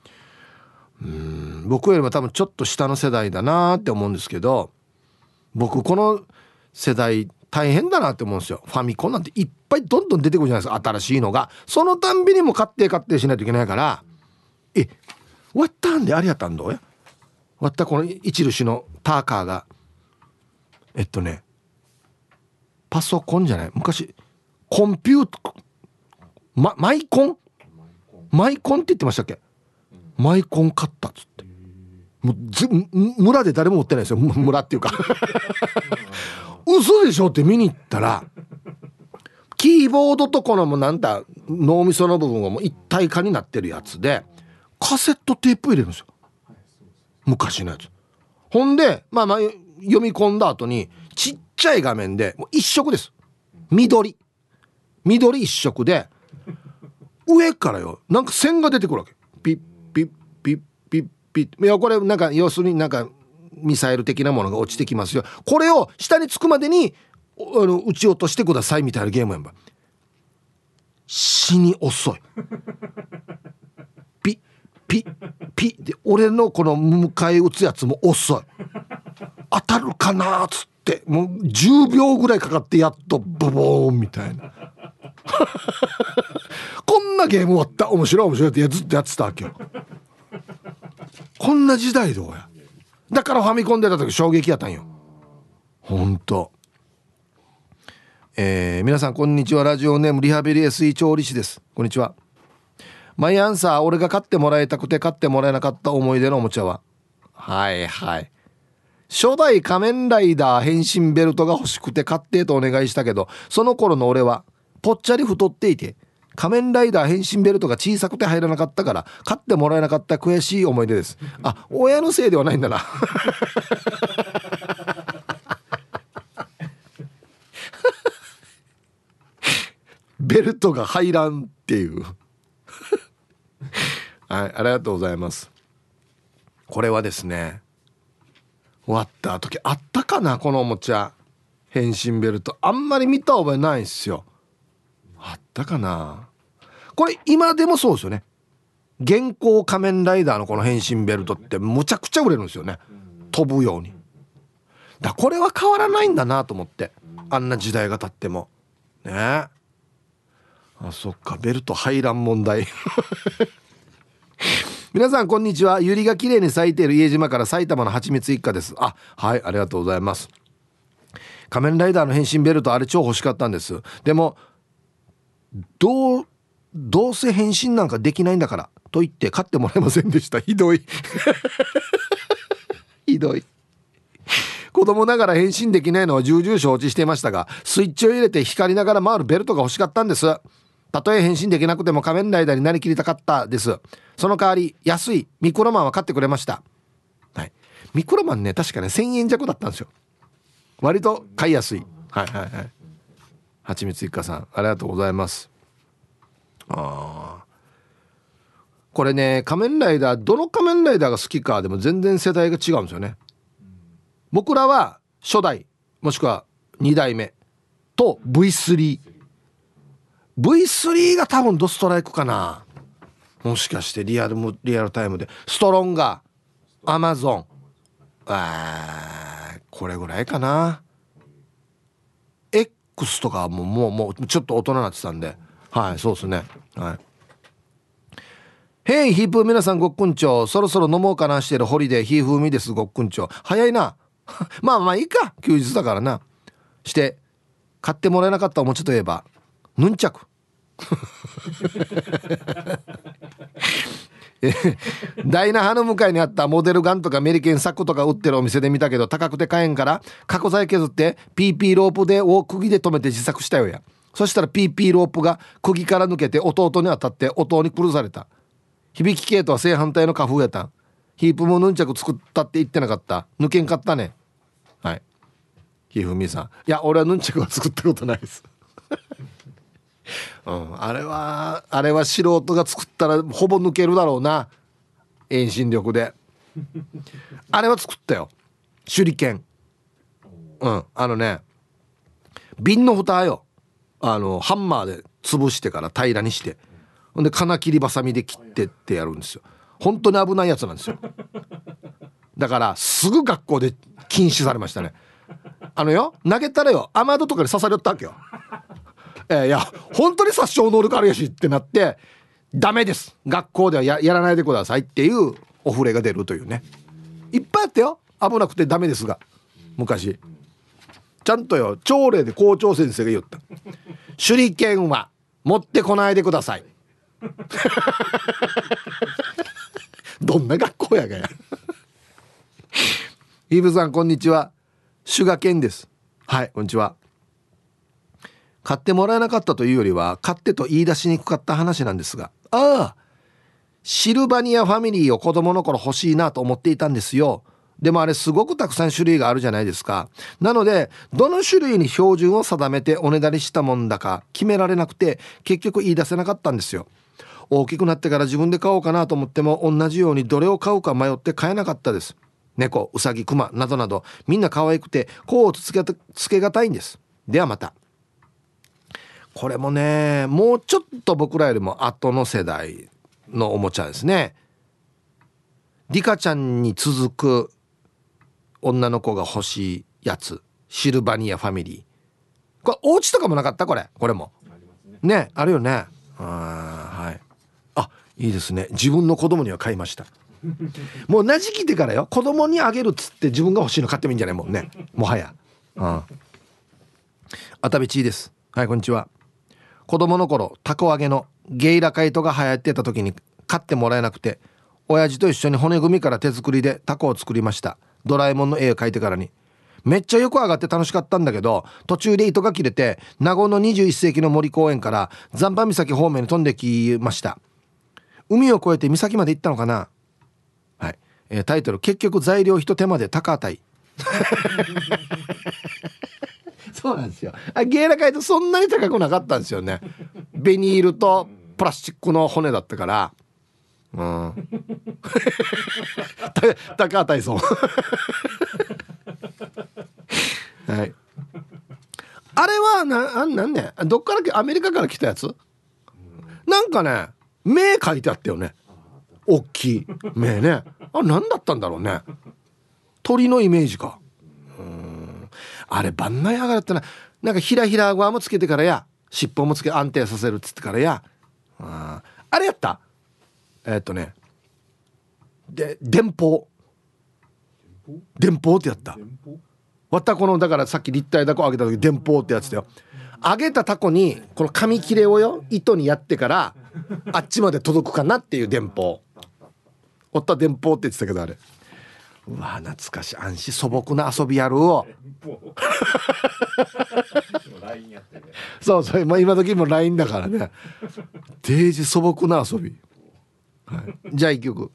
僕よりも多分ちょっと下の世代だなって思うんですけど、僕この世代大変だなって思うんですよ。ファミコンなんていっぱいどんどん出てくるじゃないですか、新しいのが。そのたんびにも買ってしないといけないから、割ったんでありやったんどや割ったこの一印のターカーがパソコンじゃない、昔コンピューター、マイコンって言ってましたっけ。マイコン買ったっつって、もう村で誰も持ってないですよ。村っていうか嘘でしょって見に行ったらキーボードとこのもなんだ脳みその部分がもう一体化になってるやつでカセットテープ入れるんですよ、昔のやつ。ほんで読み込んだ後にちっちゃい画面でもう一色です。緑一色で上からよなんか線が出てくるわけ。ピッピッピッピッピッ。いやこれなんか要するになんかミサイル的なものが落ちてきますよ。これを下につくまでに撃ち落としてくださいみたいなゲームやんば。死に遅いピッピッピッで俺のこの迎え撃つやつも遅い。当たるかなっつってもう10秒ぐらいかかってやっとボボーンみたいなこんなゲーム終わった面白いってずっとやってたわけよ。ここんな時代どうや。だからファミコン出た時衝撃やったんよほんと。皆さんこんにちは。ラジオネームリハビリ SE 調理師です。こんにちは。毎朝俺が買ってもらいたくて買ってもらえなかった思い出のおもちゃは、はいはい、初代仮面ライダー変身ベルトが欲しくて買ってとお願いしたけど、その頃の俺はぽっちゃり太っていて仮面ライダー変身ベルトが小さくて入らなかったから買ってもらえなかった悔しい思い出です。あ、親のせいではないんだなベルトが入らんっていうはい、ありがとうございます。これはですね、終わった時あったかな、このおもちゃ変身ベルト。あんまり見た覚えないんですよ。あったかな。これ今でもそうですよね。現行仮面ライダーのこの変身ベルトってむちゃくちゃ売れるんですよね、飛ぶように。だこれは変わらないんだなと思って、あんな時代が経ってもね。あ、そっか、ベルト入らん問題皆さんこんにちは。ユリが綺麗に咲いている家島から埼玉のはちみつ一家です。あ、はい、ありがとうございます。仮面ライダーの変身ベルト、あれ超欲しかったんです。でもどうせ変身なんかできないんだからと言って買ってもらえませんでした。ひどいひどい。子供ながら変身できないのは重々承知していましたが、スイッチを入れて光りながら回るベルトが欲しかったんです。たとえ変身できなくても仮面ライダーになりきりたかったです。その代わり安いミクロマンは買ってくれました。はい、ミクロマンね、確かね1000円弱だったんですよ。割と買いやすい。はいはいはい。はちみつ一家さんありがとうございます。あ、これね、仮面ライダー、どの仮面ライダーが好きかでも全然世代が違うんですよね。僕らは初代もしくは2代目と V3 が多分ドストライクかな。もしかしてリアルタイムでストロンガー、アマゾン、これぐらいかな。 X とかはもうちょっと大人になってたんで、はい、そうですね。はい。ヘイヒープー、皆さんごっくんちょ。そろそろ飲もうかなしてるホリデーヒーフーミです。ごっくんちょ。早いなまあまあいいか、休日だからな。して買ってもらえなかったおもちゃといえばヌンチャクダイナハの向かいにあったモデルガンとかメリケンサックとか売ってるお店で見たけど高くて買えんから、過去材削って PP ロープでを釘で止めて自作したよや。そしたら PP ロープが釘から抜けて弟に当たって弟に殺された。響き系とは正反対の花風やったん。ヒープもヌンチャク作ったって言ってなかった。抜けんかったね。はい、ひふみさん、いや俺はヌンチャクは作ったことないですうん、あれは素人が作ったらほぼ抜けるだろうな、遠心力であれは作ったよ、手裏剣。うん、瓶の蓋よ、ハンマーで潰してから平らにして、ほんで金切りバサミで切ってってやるんですよ。本当に危ないやつなんですよ。だからすぐ学校で禁止されましたね。投げたらよ、雨戸とかに刺されよったわけよ。いや本当に殺傷能力あるやしってなって、ダメです、学校では やらないでくださいっていうお触れが出るというね。いっぱいあったよ、危なくてダメですが。昔ちゃんとよ、朝礼で校長先生が言った。手裏剣は持ってこないでくださいどんな学校やがやイブさんこんにちは。シュガケンです。はい、こんにちは。買ってもらえなかったというよりは買ってと言い出しにくかった話なんですが、シルバニアファミリーを子供の頃欲しいなと思っていたんですよ。でもあれすごくたくさん種類があるじゃないですか。なのでどの種類に標準を定めておねだりしたもんだか決められなくて、結局言い出せなかったんですよ。大きくなってから自分で買おうかなと思っても同じようにどれを買うか迷って買えなかったです。猫、うさぎ、クマなどなどみんな可愛くて甲をつけがたいんです。ではまた。これもね、もうちょっと僕らよりも後の世代のおもちゃですね。リカちゃんに続く女の子が欲しいやつ、シルバニアファミリー。これお家とかもなかった？これもね、あるよね。はい、いいですね。自分の子供には買いました。 もうなじきてからよ、子供にあげるっつって自分が欲しいの買ってもいいんじゃないもんね、もはや。あたべちーです。はい、こんにちは。子供の頃タコ揚げのゲイラカイトが流行ってた時に買ってもらえなくて、親父と一緒に骨組みから手作りでタコを作りました。ドラえもんの絵を描いてからに。めっちゃよく上がって楽しかったんだけど、途中で糸が切れて名護の21世紀の森公園から残波岬方面に飛んできました。海を越えて岬まで行ったのかな。はい、タイトル、結局材料一手間で高値。そうなんですよ。ゲイラカイトそんなに高くなかったんですよね。ビニールとプラスチックの骨だったから、高値そう。はい、あれはなんね、どっからアメリカから来たやつなんかね、目書いてあったよね、大きい目ね。何だったんだろうね。鳥のイメージか。あれ万内上がったな。なんかひらひら側もつけてからや、尻尾もつけ安定させるっつってからや。あれやった。で電報ってやった。わったこのだからさっき立体タコ揚げた時電報ってやつだよ。揚げたタコにこの紙切れをよ糸にやってからあっちまで届くかなっていう電報。おった電報って言ってたけど、あれうわ懐かしい。安心素朴な遊びやるを。そうそう、まあ、今時も LINE だからね。デージ素朴な遊び、はい、じゃあ一曲。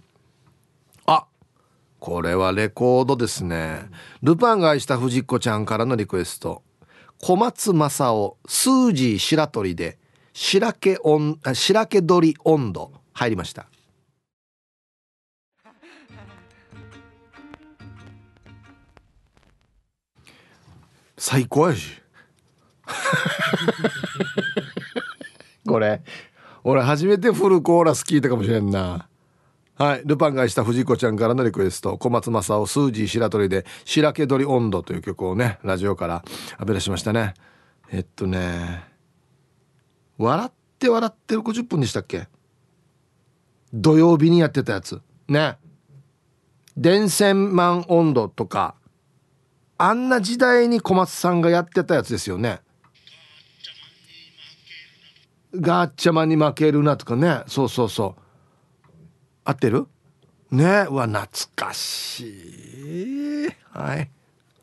これはレコードですね。ルパンが愛した藤子ちゃんからのリクエスト、小松政夫スージー白鳥で白毛鳥温度入りました。最高やし。これ俺初めてフルコーラス聞いたかもしれんな。はい、ルパンがした藤子ちゃんからのリクエスト、小松政夫スージー白鳥で白毛鳥温度という曲をね、ラジオから浴び出しましたね。笑って60分でしたっけ、土曜日にやってたやつね。電線マン温度とか、あんな時代に小松さんがやってたやつですよね。ガッチャマンに負けるなとかね。そうそうそう、合ってるね。うわ懐かしい。はい、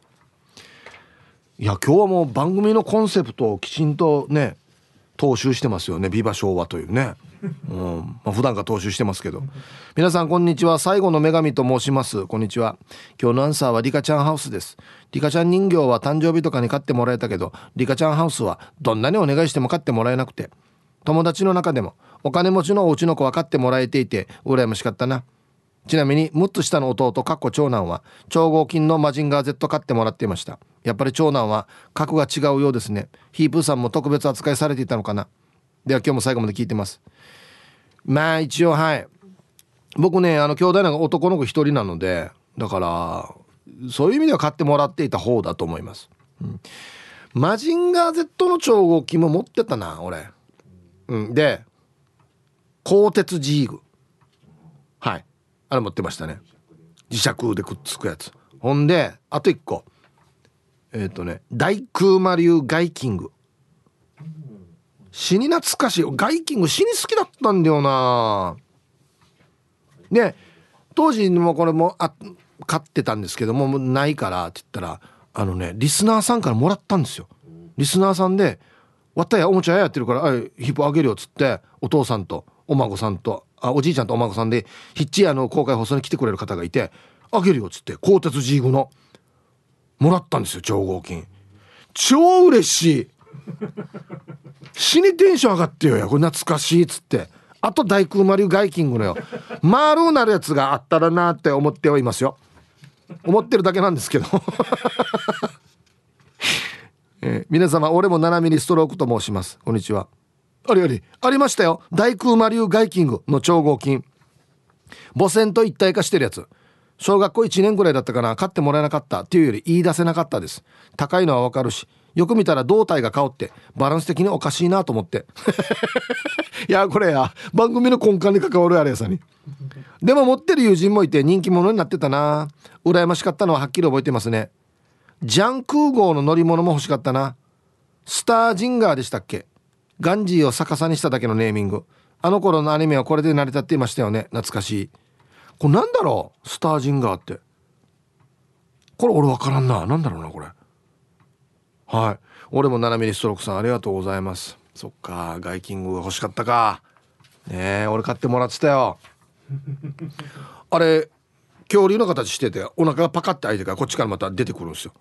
いや今日はもう番組のコンセプトをきちんとね踏襲してますよね。ビバ昭和というね、普段から踏襲してますけど。皆さんこんにちは、最後の女神と申します。こんにちは。今日のアンサーはリカちゃんハウスです。リカちゃん人形は誕生日とかに買ってもらえたけど、リカちゃんハウスはどんなにお願いしても買ってもらえなくて、友達の中でもお金持ちのお家の子は買ってもらえていて羨ましかったな。ちなみに6つ下の弟長男は超合金のマジンガー Z 買ってもらっていました。やっぱり長男は格が違うようですね。ヒープーさんも特別扱いされていたのかな。では今日も最後まで聞いてます。まあ一応はい僕ね兄弟なんか男の子一人なので、だからそういう意味では買ってもらっていた方だと思います、マジンガー Z の超合金も持ってたな俺、で鋼鉄ジーグ、はいあれ持ってましたね。磁石でくっつくやつ。ほんであと1個大空魔流ガイキング、死に懐かしい。ガイキング死に好きだったんだよな。で当時もこれも買ってたんですけどもないからって言ったらリスナーさんからもらったんですよ。リスナーさんでわったやおもちゃやってるからヒップあげるよっつって、お父さんとお孫さんとおじいちゃんとお孫さんでヒッチ公開放送に来てくれる方がいて、あげるよっつって鋼鉄ジーグのもらったんですよ。超合金超嬉しい。死にテンション上がってよや、これ懐かしいっつって。あと大空魔流ガイキングのよ丸なるやつがあったらなって思ってはいますよ。思ってるだけなんですけど、皆様俺も7ミリストロークと申します。こんにちは。ありましたよ。大空魔流ガイキングの超合金、母船と一体化してるやつ。小学校1年ぐらいだったかな、買ってもらえなかったっていうより言い出せなかったです。高いのはわかるしよく見たら胴体が香ってバランス的におかしいなと思っていやこれや番組の根幹に関わるあれやさに。でも持ってる友人もいて人気者になってたな。羨ましかったのははっきり覚えてますね。ジャン空号の乗り物も欲しかったな。スタージンガーでしたっけ。ガンジーを逆さにしただけのネーミング。あの頃のアニメはこれで成り立っていましたよね。懐かしい。これなんだろう、スタージンガーって。これ俺分からんな。なんだろうなこれ。はい、俺も7ミリストロークさんありがとうございます。そっか、ガイキング欲しかったかね。え俺買ってもらってたよあれ恐竜の形しててお腹がパカッて開いてからこっちからまた出てくるんですよ。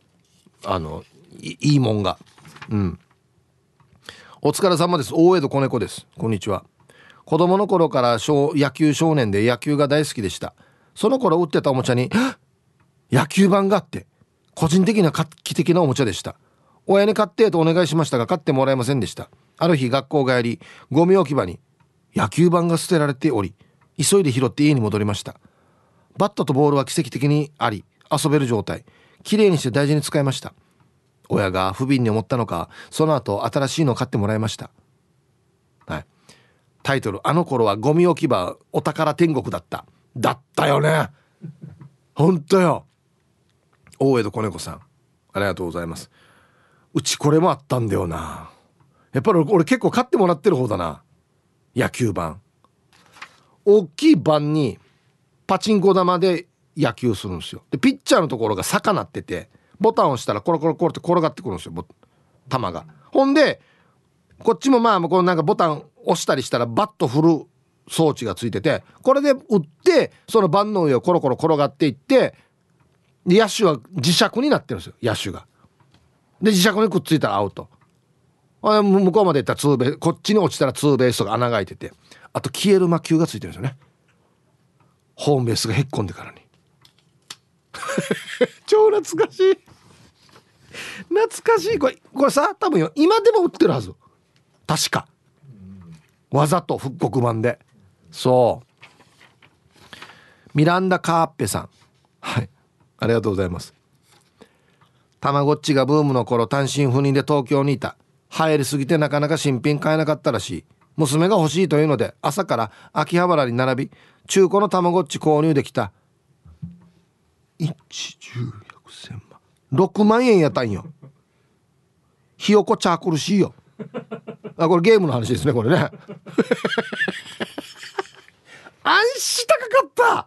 いいもんが。うん。お疲れ様です。大江戸子猫です。こんにちは。子供の頃から野球少年で野球が大好きでした。その頃売ってたおもちゃに野球盤があって個人的な画期的なおもちゃでした。親に買ってとお願いしましたが買ってもらえませんでした。ある日学校帰りゴミ置き場に野球盤が捨てられており急いで拾って家に戻りました。バットとボールは奇跡的にあり遊べる状態、きれいにして大事に使いました。親が不憫に思ったのかその後新しいのを買ってもらいました。はい、タイトル、あの頃はゴミ置き場お宝天国だったよねほんとよ。大江戸子猫さんありがとうございます。うちこれもあったんだよな。やっぱり俺結構買ってもらってる方だな。野球盤、大きい盤にパチンコ玉で野球するんですよ。でピッチャーのところが逆なっててボタンを押したらコロコロコロって転がってくるんですよ、球が。ほんでこっちもまあこうなんかボタン押したりしたらバット振る装置がついててこれで打ってその盤の上をコロコロ転がっていって野手は磁石になってるんですよ、野手が。で磁石にくっついたらアウト。向こうまで行ったらツーベース、こっちに落ちたらツーベースとか穴が開いてて、あと消える魔球がついてるんですよね、ホームベースがへっこんでからに超懐かしいこれさ多分よ今でも売ってるはず確か。わざと復刻版で。そうミランダ・カーッペさん、はいありがとうございます。たまごっちがブームの頃単身赴任で東京にいた。流行りすぎてなかなか新品買えなかったらしい。娘が欲しいというので朝から秋葉原に並び中古のたまごっち購入できた。1、10、100、1000万6万円やったんよ。ひよこチャー苦しいよこれゲームの話ですねこれね安心高かった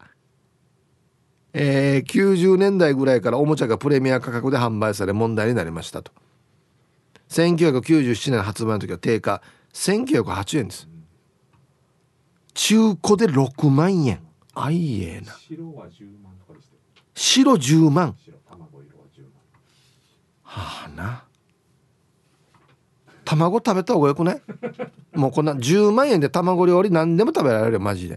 。90年代ぐらいからおもちゃがプレミア価格で販売され問題になりましたと。1997年発売の時は定価1908円です。中古で6万円。あいえな。 白は10万とかでした。 白10万。 白卵色は10万。 はあな。卵食べた方がよくない？もうこんな10万円で卵料理何でも食べられるよマジで。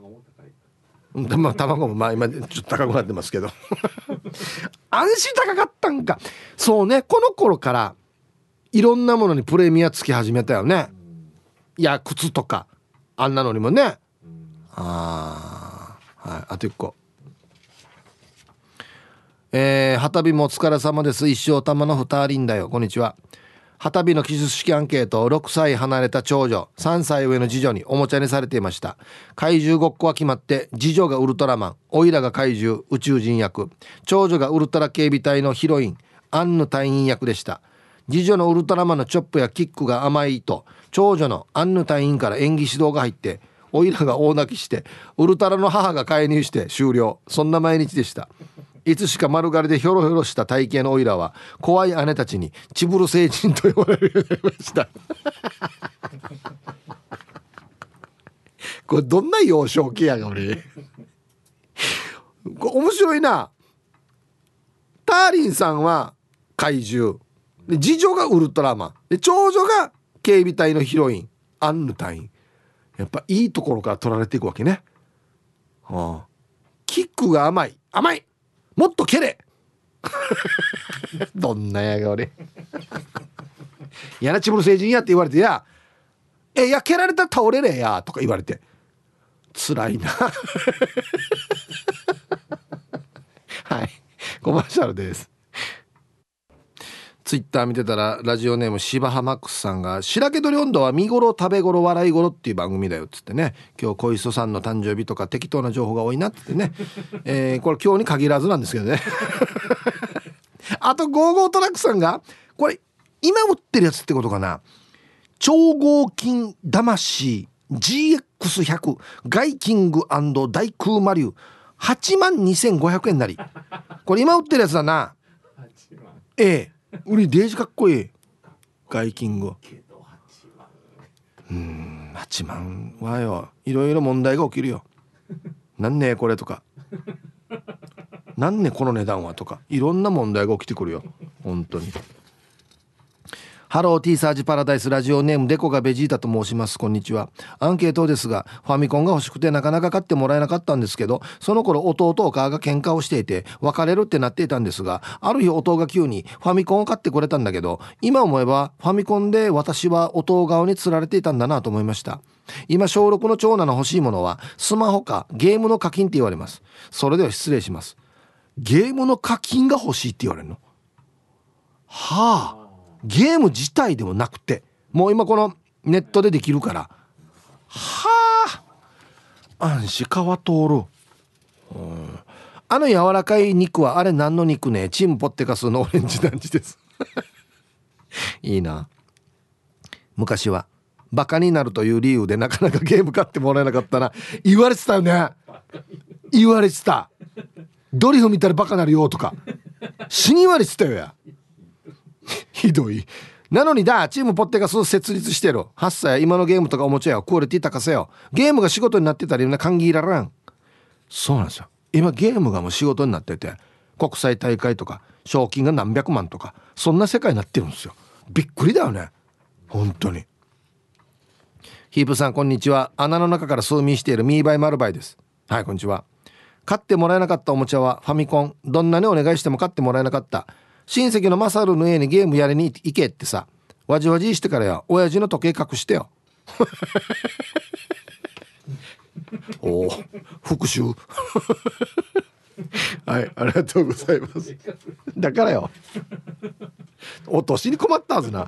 卵もまあ今ちょっと高くなってますけど安心高かったんか。そうね、この頃からいろんなものにプレミアつき始めたよね。いや靴とかあんなのにもね。はい、あと1個旗日もお疲れ様です。一生玉の二人だよ。こんにちは。旗日の記述式アンケート、6歳離れた長女3歳上の次女におもちゃにされていました。怪獣ごっこは決まって次女がウルトラマン、おいらが怪獣宇宙人役、長女がウルトラ警備隊のヒロインアンヌ隊員役でした。次女のウルトラマンのチョップやキックが甘いと長女のアンヌ隊員から演技指導が入っておいらが大泣きしてウルトラの母が介入して終了。そんな毎日でした。いつしか丸刈りでヒョロヒョロした体型のオイラは怖い姉たちにチブル星人と呼ばれるようになりましたこれどんな幼少期やが俺これ面白いな。ターリンさんは怪獣で次女がウルトラマンで長女が警備隊のヒロインアンヌ隊員。やっぱいいところから取られていくわけね。はあ、キックが甘いもっと蹴れどんなやが俺やなちぶる成人やって言われてや蹴られたら倒れれやとか言われて辛いなはいコマーシャルです。 ツイッター見てたらラジオネーム柴浜マックスさんが白け鳥温度は見頃食べ頃笑い頃っていう番組だよっつってね、今日小磯さんの誕生日とか適当な情報が多いなってね、これ今日に限らずなんですけどねあとゴーゴートラックさんがこれ今売ってるやつってことかな、超合金魂 GX100 ガイキング大空魔竜82,500円なり、これ今売ってるやつだな。売りデージかっこいいガイキング。8万はよ、いろいろ問題が起きるよ。なんねこれとか、なんねこの値段はとか、いろんな問題が起きてくるよ本当に。ハロー T サージパラダイス、ラジオネームデコがベジータと申します。こんにちは。アンケートですが、ファミコンが欲しくてなかなか買ってもらえなかったんですけど、その頃弟お母が喧嘩をしていて別れるってなっていたんですが、ある日弟が急にファミコンを買ってくれたんだけど、今思えばファミコンで私は弟側に釣られていたんだなと思いました。今小6の長男の欲しいものはスマホかゲームの課金って言われます。それでは失礼します。ゲームの課金が欲しいって言われるの？はあ、ゲーム自体でもなくて、もう今このネットでできるから、はあ、安心川通る。あの柔らかい肉はあれ何の肉ね、チームポッテカスのオレンジ団地ですいいな。昔はバカになるという理由でなかなかゲーム買ってもらえなかったな。言われてたよね。言われてた。ドリフ見たらバカなるよとか死に言われてたよやひどい。なのにだ、チームポッテガス設立してる8歳、今のゲームとかおもちゃよ、クオリティ高せよ。ゲームが仕事になってたらな歓迎いららん。そうなんですよ。今ゲームがもう仕事になってて、国際大会とか賞金が何百万とか、そんな世界になってるんですよ。びっくりだよね本当に。ヒープさんこんにちは。穴の中から数ミしているミーバイマルバイです。はい、こんにちは。買ってもらえなかったおもちゃはファミコン。どんなにお願いしても買ってもらえなかった。親戚のマサルの家にゲームやりに行けってさ、わじわじしてからや親父の時計隠してよおー復讐はい、ありがとうございます。だからよ、お年に困ったはずな。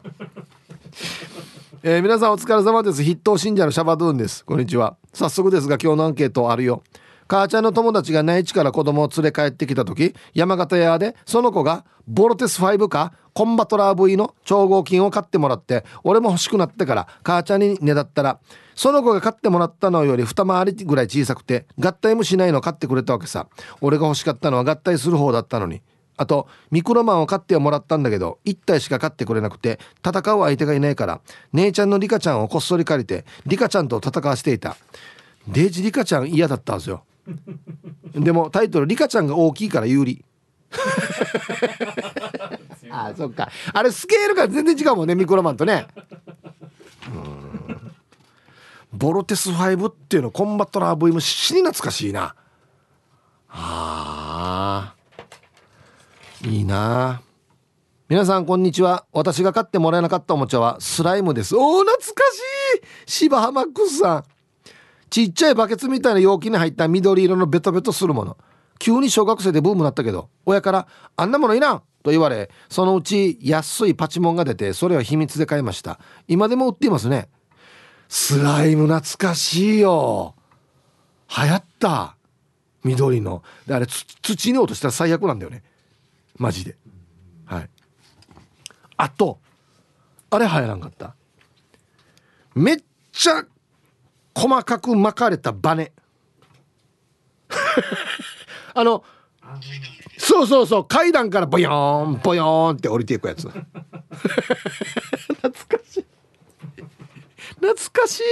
皆さんお疲れ様です。筆頭信者のシャバドゥンです。こんにちは。早速ですが今日のアンケートあるよ。母ちゃんの友達が内地から子供を連れ帰ってきた時、山形屋でその子がボルテス5かコンバトラー V の超合金を買ってもらって、俺も欲しくなってから母ちゃんにねだったら、その子が買ってもらったのより二回りぐらい小さくて合体もしないのを買ってくれたわけさ。俺が欲しかったのは合体する方だったのに。あとミクロマンを買ってはもらったんだけど1体しか買ってくれなくて、戦う相手がいないから姉ちゃんのリカちゃんをこっそり借りてリカちゃんと戦わせていた。デージリカちゃん嫌だったんですよ。でもタイトルリカちゃんが大きいから有利あ、そっか、あれスケールが全然違うもんね、ミクロマンとね。ボルテス5っていうのコンバットラー V も死に懐かしいな。いいな。皆さんこんにちは。私が買ってもらえなかったおもちゃはスライムです。おー懐かしい。柴浜マックスさん、ちっちゃいバケツみたいな容器に入った緑色のベトベトするもの。急に小学生でブームになったけど親からあんなものいらんと言われ、そのうち安いパチモンが出てそれは秘密で買いました。今でも売っていますね。スライム懐かしいよ。流行った。緑のであれ土に落としたら最悪なんだよねマジで。はい。あとあれ流行らんかった。めっちゃ細かく巻かれたバネそうそうそう、階段からボヨーンボヨーンって降りていくやつ懐かしい懐かしい。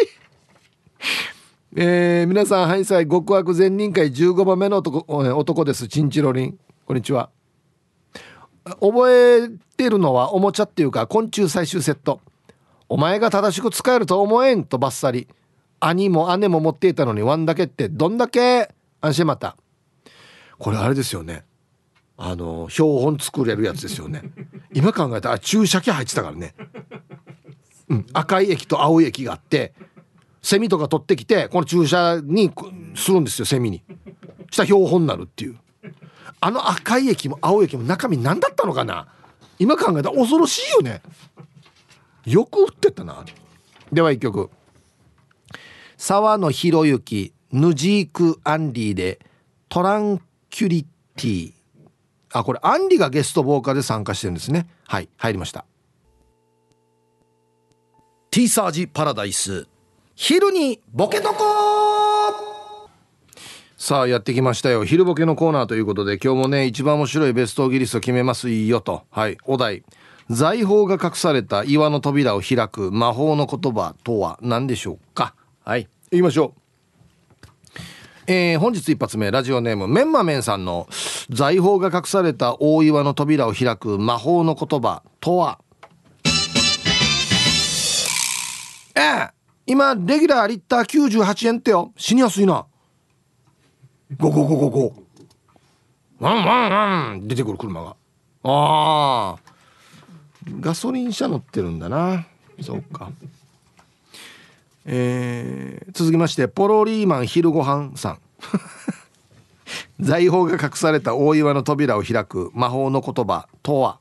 皆さんハイサイ極悪善人会15番目の男です。チンチロリン、こんにちは。覚えてるのはおもちゃっていうか昆虫採集セット。お前が正しく使えると思えんとバッサリ。兄も姉も持っていたのにワンだけってどんだけ安心。またこれあれですよね、標本作れるやつですよね。今考えたら注射器入ってたからね、赤い液と青い液があってセミとか取ってきてこの注射にするんですよ。セミにしたら標本になるっていう。赤い液も青い液も中身何だったのかな。 今考えたら恐ろしいよね。よく売ってたな。では一曲、沢野博之ヌジークアンリーでトランキュリティ。あ、これアンリがゲストボーカルで参加してるんですね。はい、入りました。ティーサージパラダイス、昼にボケとこ。さあやってきましたよ、昼ボケのコーナーということで、今日もね一番面白いベストギリスト決めますよと。はい、お題、財宝が隠された岩の扉を開く魔法の言葉とは何でしょうか。はい、行きましょう。本日一発目、ラジオネームメンマメンさんの財宝が隠された大岩の扉を開く魔法の言葉とは。今レギュラーリッター98円ってよ、死にやすいな。ゴゴゴゴゴワンワンワン出てくる車が、あーガソリン車乗ってるんだな。そうか。続きまして、ポロリーマン昼ごはんさん財宝が隠された大岩の扉を開く魔法の言葉とは。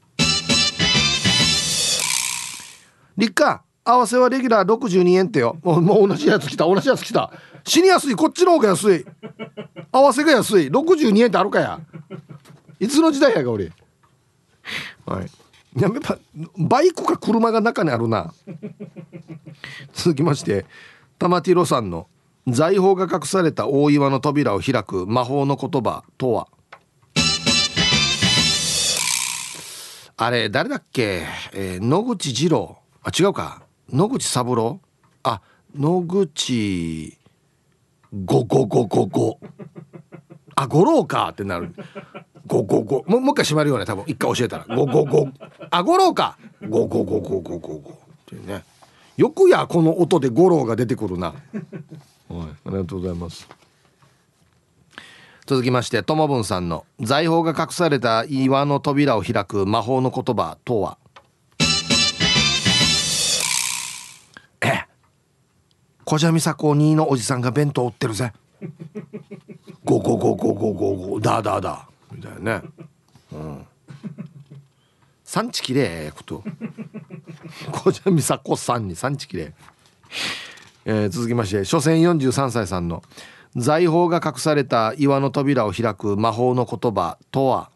リッカ合わせはレギュラー62円ってよ。もう同じやつ来た、同じやつ来た。死にやすい、こっちの方が安い。合わせが安い。62円ってあるかや。いつの時代やが俺。はい。やっぱバイクか車が中にあるな。続きまして、玉ティロさんの財宝が隠された大岩の扉を開く魔法の言葉とは。あれ誰だっけ、野口二郎、あ違うか、野口三郎、あ野口ゴゴゴゴゴ、あ五郎かってなる。ゴゴゴ、もう一回閉まるよね多分、一回教えたらゴゴゴ、あ五郎か、ゴゴゴゴゴゴゴっていうね。よくやこの音で五郎が出てくるな。はい、ありがとうございます。続きまして、ともぶんさんの財宝が隠された岩の扉を開く魔法の言葉とは。小蛇美佐子2のおじさんが弁当売ってるぜ。ゴゴゴゴゴゴゴだだだみたいなね。うん。産地きれいこと小蛇美佐子さんに産地きれい。続きまして、所詮43歳さんの財宝が隠された岩の扉を開く魔法の言葉とは。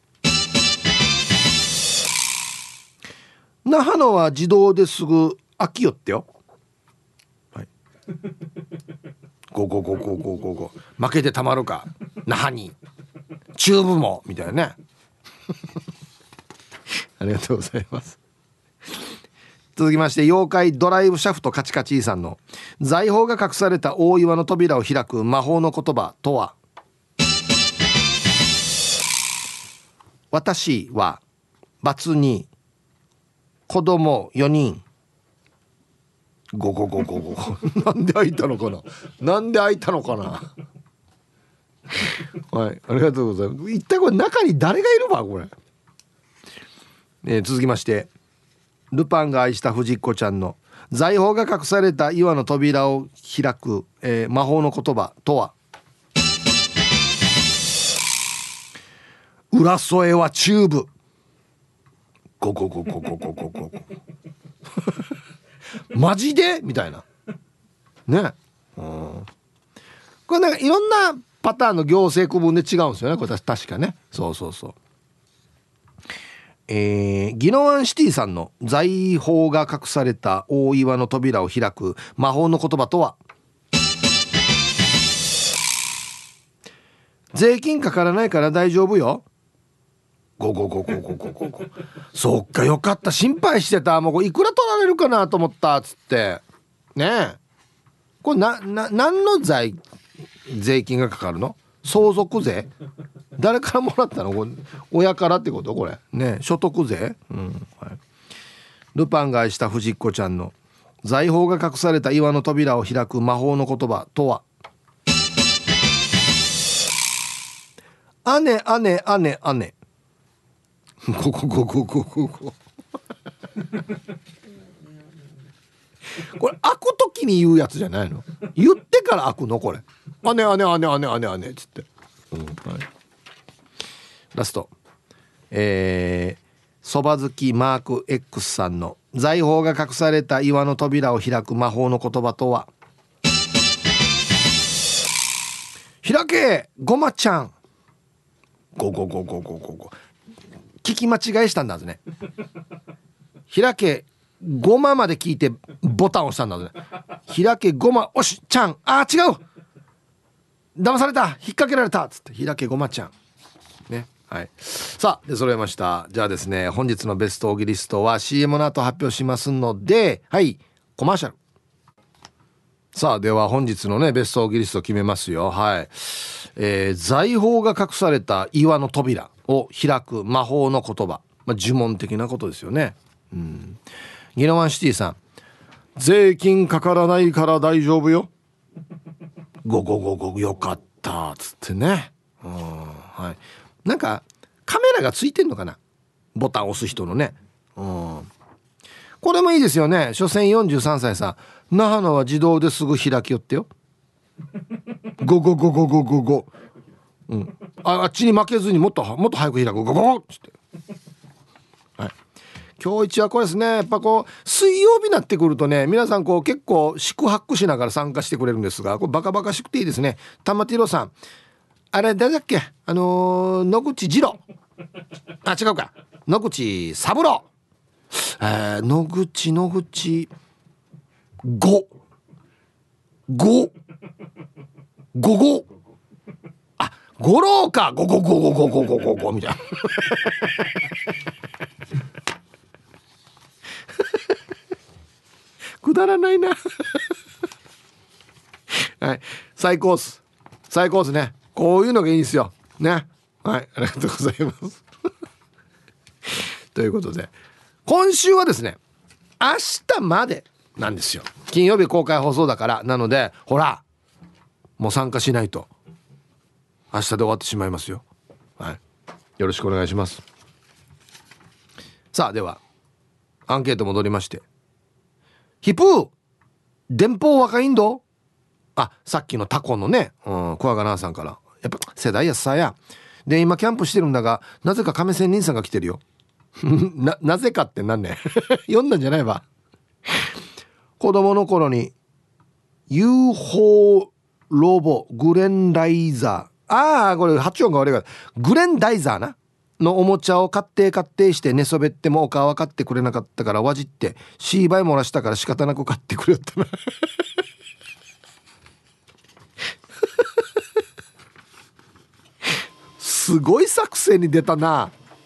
那覇のは自動ですぐ飽きよってよ。はい。ゴゴゴゴゴゴゴ、負けてたまるか那覇にチューブもみたいなね。ありがとうございます。続きまして、妖怪ドライブシャフトカチカチーさんの財宝が隠された大岩の扉を開く魔法の言葉とは。私はバツに子供4人。ゴゴゴゴゴなんで開いたのかな、なんで開いたのかな。はい、ありがとうございます。一体これ中に誰がいるわこれ。続きまして、ルパンが愛した藤子ちゃんの財宝が隠された岩の扉を開く、魔法の言葉とは。浦添はチューブ。ゴゴゴゴゴゴゴゴマジでみたいなね。うん、これなんかいろんなパターンの行政区分で違うんですよねこれ確かね。そうそうそう。ギノワンシティさんの財宝が隠された大岩の扉を開く魔法の言葉とは。税金かからないから大丈夫よ。ゴゴゴゴゴゴゴゴ。そっか、よかった、心配してた。もういくら取られるかなと思ったっつってねえ。これ何の税金がかかるの？相続税？誰からもらったの？これ親からってこと？これね、所得税？うん、はい。ルパンが愛した藤子ちゃんの財宝が隠された岩の扉を開く魔法の言葉とは。姉姉姉姉。こここここここ。これ開く時に言うやつじゃないの？言ってから開くのこれ。姉姉姉姉姉姉っつって。うん、はい。ラスト。 そば好きマーク X さんの財宝が隠された岩の扉を開く魔法の言葉とは。開けごまちゃん。ゴゴゴゴゴゴゴ。聞き間違いしたんだね。開けごままで聞いてボタンを押したんだね。開けごまおしちゃん。あー違う、騙された、引っ掛けられたっつって。開けごまちゃんね。はい、さあで揃えました。じゃあですね、本日のベストオギリストは CM の後発表しますので、はいコマーシャル。さあでは本日のねベストオギリスト決めますよ。はい、財宝が隠された岩の扉を開く魔法の言葉、呪文的なことですよね。ギノワンシティさん、税金かからないから大丈夫よ。ゴゴゴゴよかったつってね。はい、なんかカメラがついてんのかな、ボタン押す人のね。これもいいですよね。所詮43歳さん、那覇のは自動ですぐ開きよってよ。ゴゴゴゴゴゴゴ、あっちに負けずにもっと早く開く。ゴゴゴっつって。はい、今日一はこれですね。やっぱこう水曜日になってくるとね、皆さんこう結構宿泊しながら参加してくれるんですが、これバカバカしくていいですね。玉ティロさん、あれ誰だっけ、野口二郎、あ違うか、野口三郎、野口5あ五郎か、5みたいな。くだらないな。はい、最高っすね。こういうのがいいんですよね。はい、ありがとうございますということで今週はですね、明日までなんですよ。金曜日公開放送だから。なのでほらもう参加しないと明日で終わってしまいますよ。はい、よろしくお願いします。さあではアンケート戻りまして、ヒプー電報若いんど、さっきのタコのね、小川奈さんから、やっぱ世代やさやで今キャンプしてるんだが、なぜか亀仙人さんが来てるよ。なぜかってなんね読んだんじゃないわ。子供の頃に UFO ロボグレンダイザー、これ発音が悪いからグレンダイザーなのおもちゃを買ってして寝そべってもお母は買ってくれなかったからわじってシーバイ漏らしたから仕方なく買ってくれよったなすごい作戦に出たな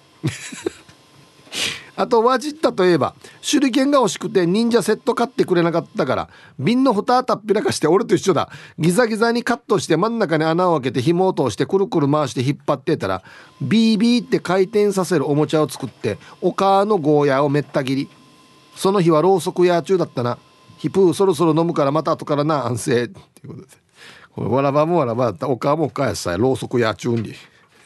あとわじったといえば手裏剣が欲しくて忍者セット買ってくれなかったから瓶の蓋たっぴらかして俺と一緒だ、ギザギザにカットして真ん中に穴を開けて紐を通してくるくる回して引っ張ってたら BB って回転させるおもちゃを作ってお母のゴーヤをめった切り。その日はろうそくや中だったな。ヒプーそろそろ飲むからまた後からな安静っていうことで、これわらばもわらばだったお母もお母やさえろうそくや中に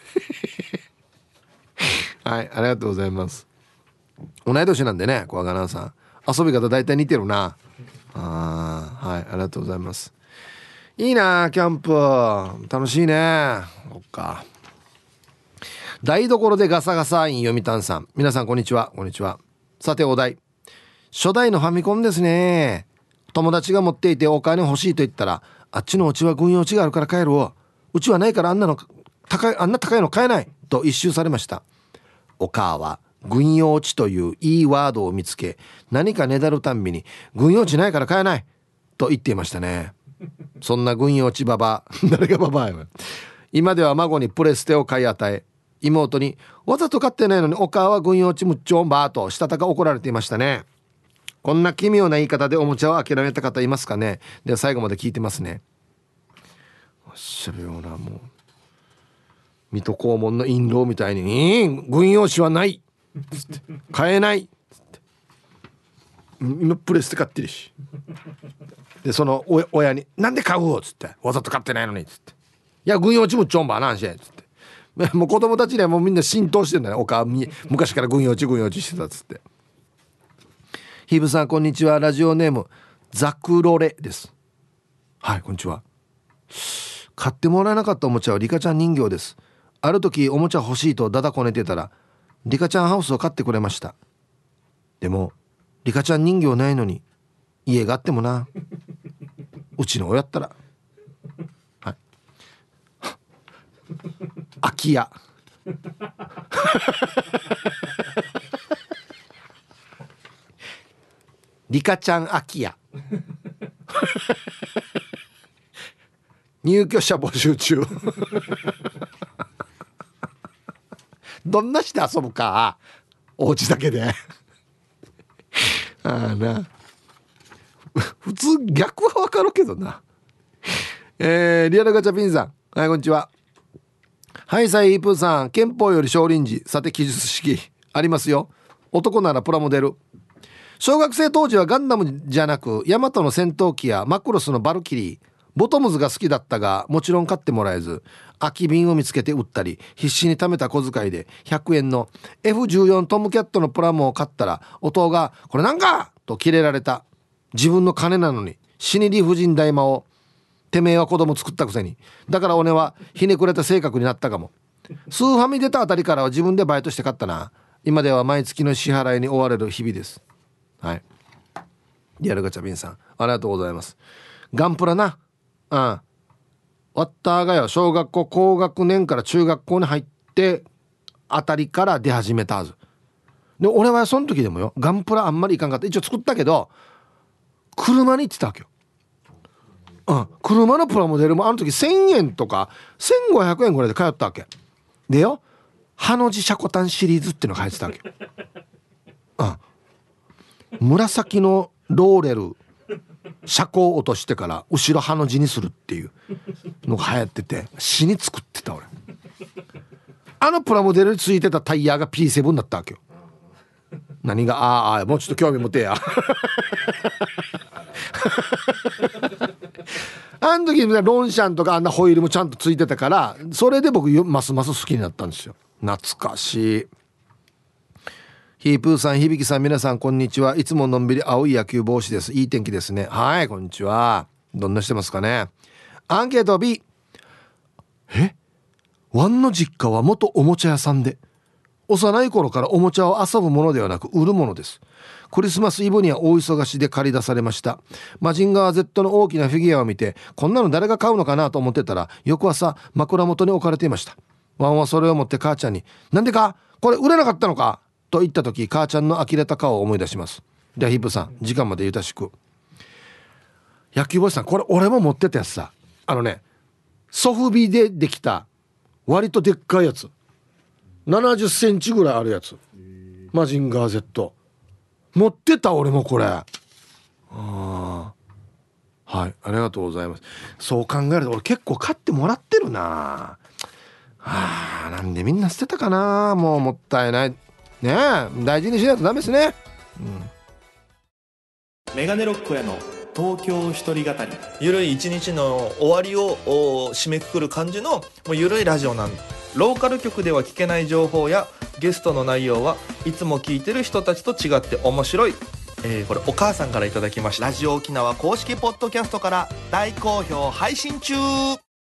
はいありがとうございます。同い年なんでね、小川さん遊び方大体似てるな。はいありがとうございます。いいなキャンプ楽しいね。そっか。台所でガサガサイン読谷さん、皆さんこんにちは。さてお題、初代のファミコンですね。友達が持っていてお金欲しいと言ったら、あっちのうちは軍用地があるから買えるわ、うちはないからあんな高いの買えないと一周されました。お母は軍用地といういいワードを見つけ、何かねだるたんびに軍用地ないから買えないと言っていましたね。そんな軍用地ババア誰がババアや。今では孫にプレステを買い与え、妹にわざと買ってないのにお母は軍用地むっちょんばーとしたたか怒られていましたね。こんな奇妙な言い方でおもちゃを諦めた方いますかね。では最後まで聞いてますね。おっしゃるような、もう水戸黄門の印籠みたいに軍用紙はないつって買えないつって今プレステ買ってるし、でその親になんで買うっつって、わざと買ってないのにつって、いや軍用地もちょんばなんしつってもう子供たちにはもうみんな浸透してんだよ。お母昔から軍用地してたっつって。ヒブさんこんにちは。ラジオネームザクロレです。はいこんにちは。買ってもらえなかったおもちゃはリカちゃん人形です。ある時おもちゃ欲しいとダダこねてたら、 リカちゃんハウスを買ってくれました。でもリカちゃん人形ないのに家があってもな、うちの親ったら、はい、空き家リカちゃん空き家入居者募集中どんなして遊ぶか、お家だけでああな、普通逆はわかるけどな。リアルガチャピンさん、はい、こんにちは。はい、サイープーさん、憲法より少林寺、さて記述式ありますよ。男ならプラモデル。小学生当時はガンダムじゃなくヤマトの戦闘機やマクロスのバルキリー、ボトムズが好きだったが、もちろん買ってもらえず、空き瓶を見つけて売ったり、必死に貯めた小遣いで100円の F14 トムキャットのプラモを買ったら、弟がこれなんかとキレられた。自分の金なのに死に理不尽大魔を、てめえは子供作ったくせに。だから俺はひねくれた性格になったかも。スーファミ出たあたりからは自分でバイトして買ったな。今では毎月の支払いに追われる日々です。はい、リアルガチャピンさん、ありがとうございます。ガンプラな、ワッターがよ、小学校高学年から中学校に入ってあたりから出始めたはずで、俺はその時でもよ、ガンプラあんまりいかんかった。一応作ったけど車に行ってたわけよ。車のプラモデルもあの時1000円とか1500円ぐらいで通ったわけでよ。ハの字シャコタンシリーズっていうのが入ってたわけ紫のローレル車高を落としてから後ろハの字にするっていうのが流行ってて、死に作ってた俺。あのプラモデルについてたタイヤが P7 だったわけよ。何がもうちょっと興味持てやあの時ロンシャンとかあんなホイールもちゃんとついてたから、それで僕ますます好きになったんですよ。懐かしい。ヒープーさん、響さん、皆さんこんにちは。いつものんびり青い野球帽子です。いい天気ですね。はい、こんにちは。どんなしてますかね。アンケート B。 ワンの実家は元おもちゃ屋さんで、幼い頃からおもちゃを遊ぶものではなく売るものです。クリスマスイブには大忙しで借り出されました。マジンガー Z の大きなフィギュアを見て、こんなの誰が買うのかなと思ってたら、翌朝枕元に置かれていました。ワンはそれを持って母ちゃんに、なんでかこれ売れなかったのかと言った時、母ちゃんの呆れた顔を思い出します。ではヒップさん、時間までゆたしく。野球帽子さん、これ俺も持ってたやつさ、ソフビでできた割とでっかいやつ、70センチぐらいあるやつ、マジンガー Z 持ってた俺もこれ。はい、ありがとうございます。そう考えると俺結構買ってもらってるな。なんでみんな捨てたかな。もうもったいないね。大事にしないとダメですね。 メガネロックへの東京一人語り、 ゆるい一日の終わりを締めくくる感じのもうゆるいラジオなんで、ローカル局では聞けない情報やゲストの内容はいつも聞いてる人たちと違って面白い、これお母さんからいただきました。ラジオ沖縄公式ポッドキャストから大好評配信中。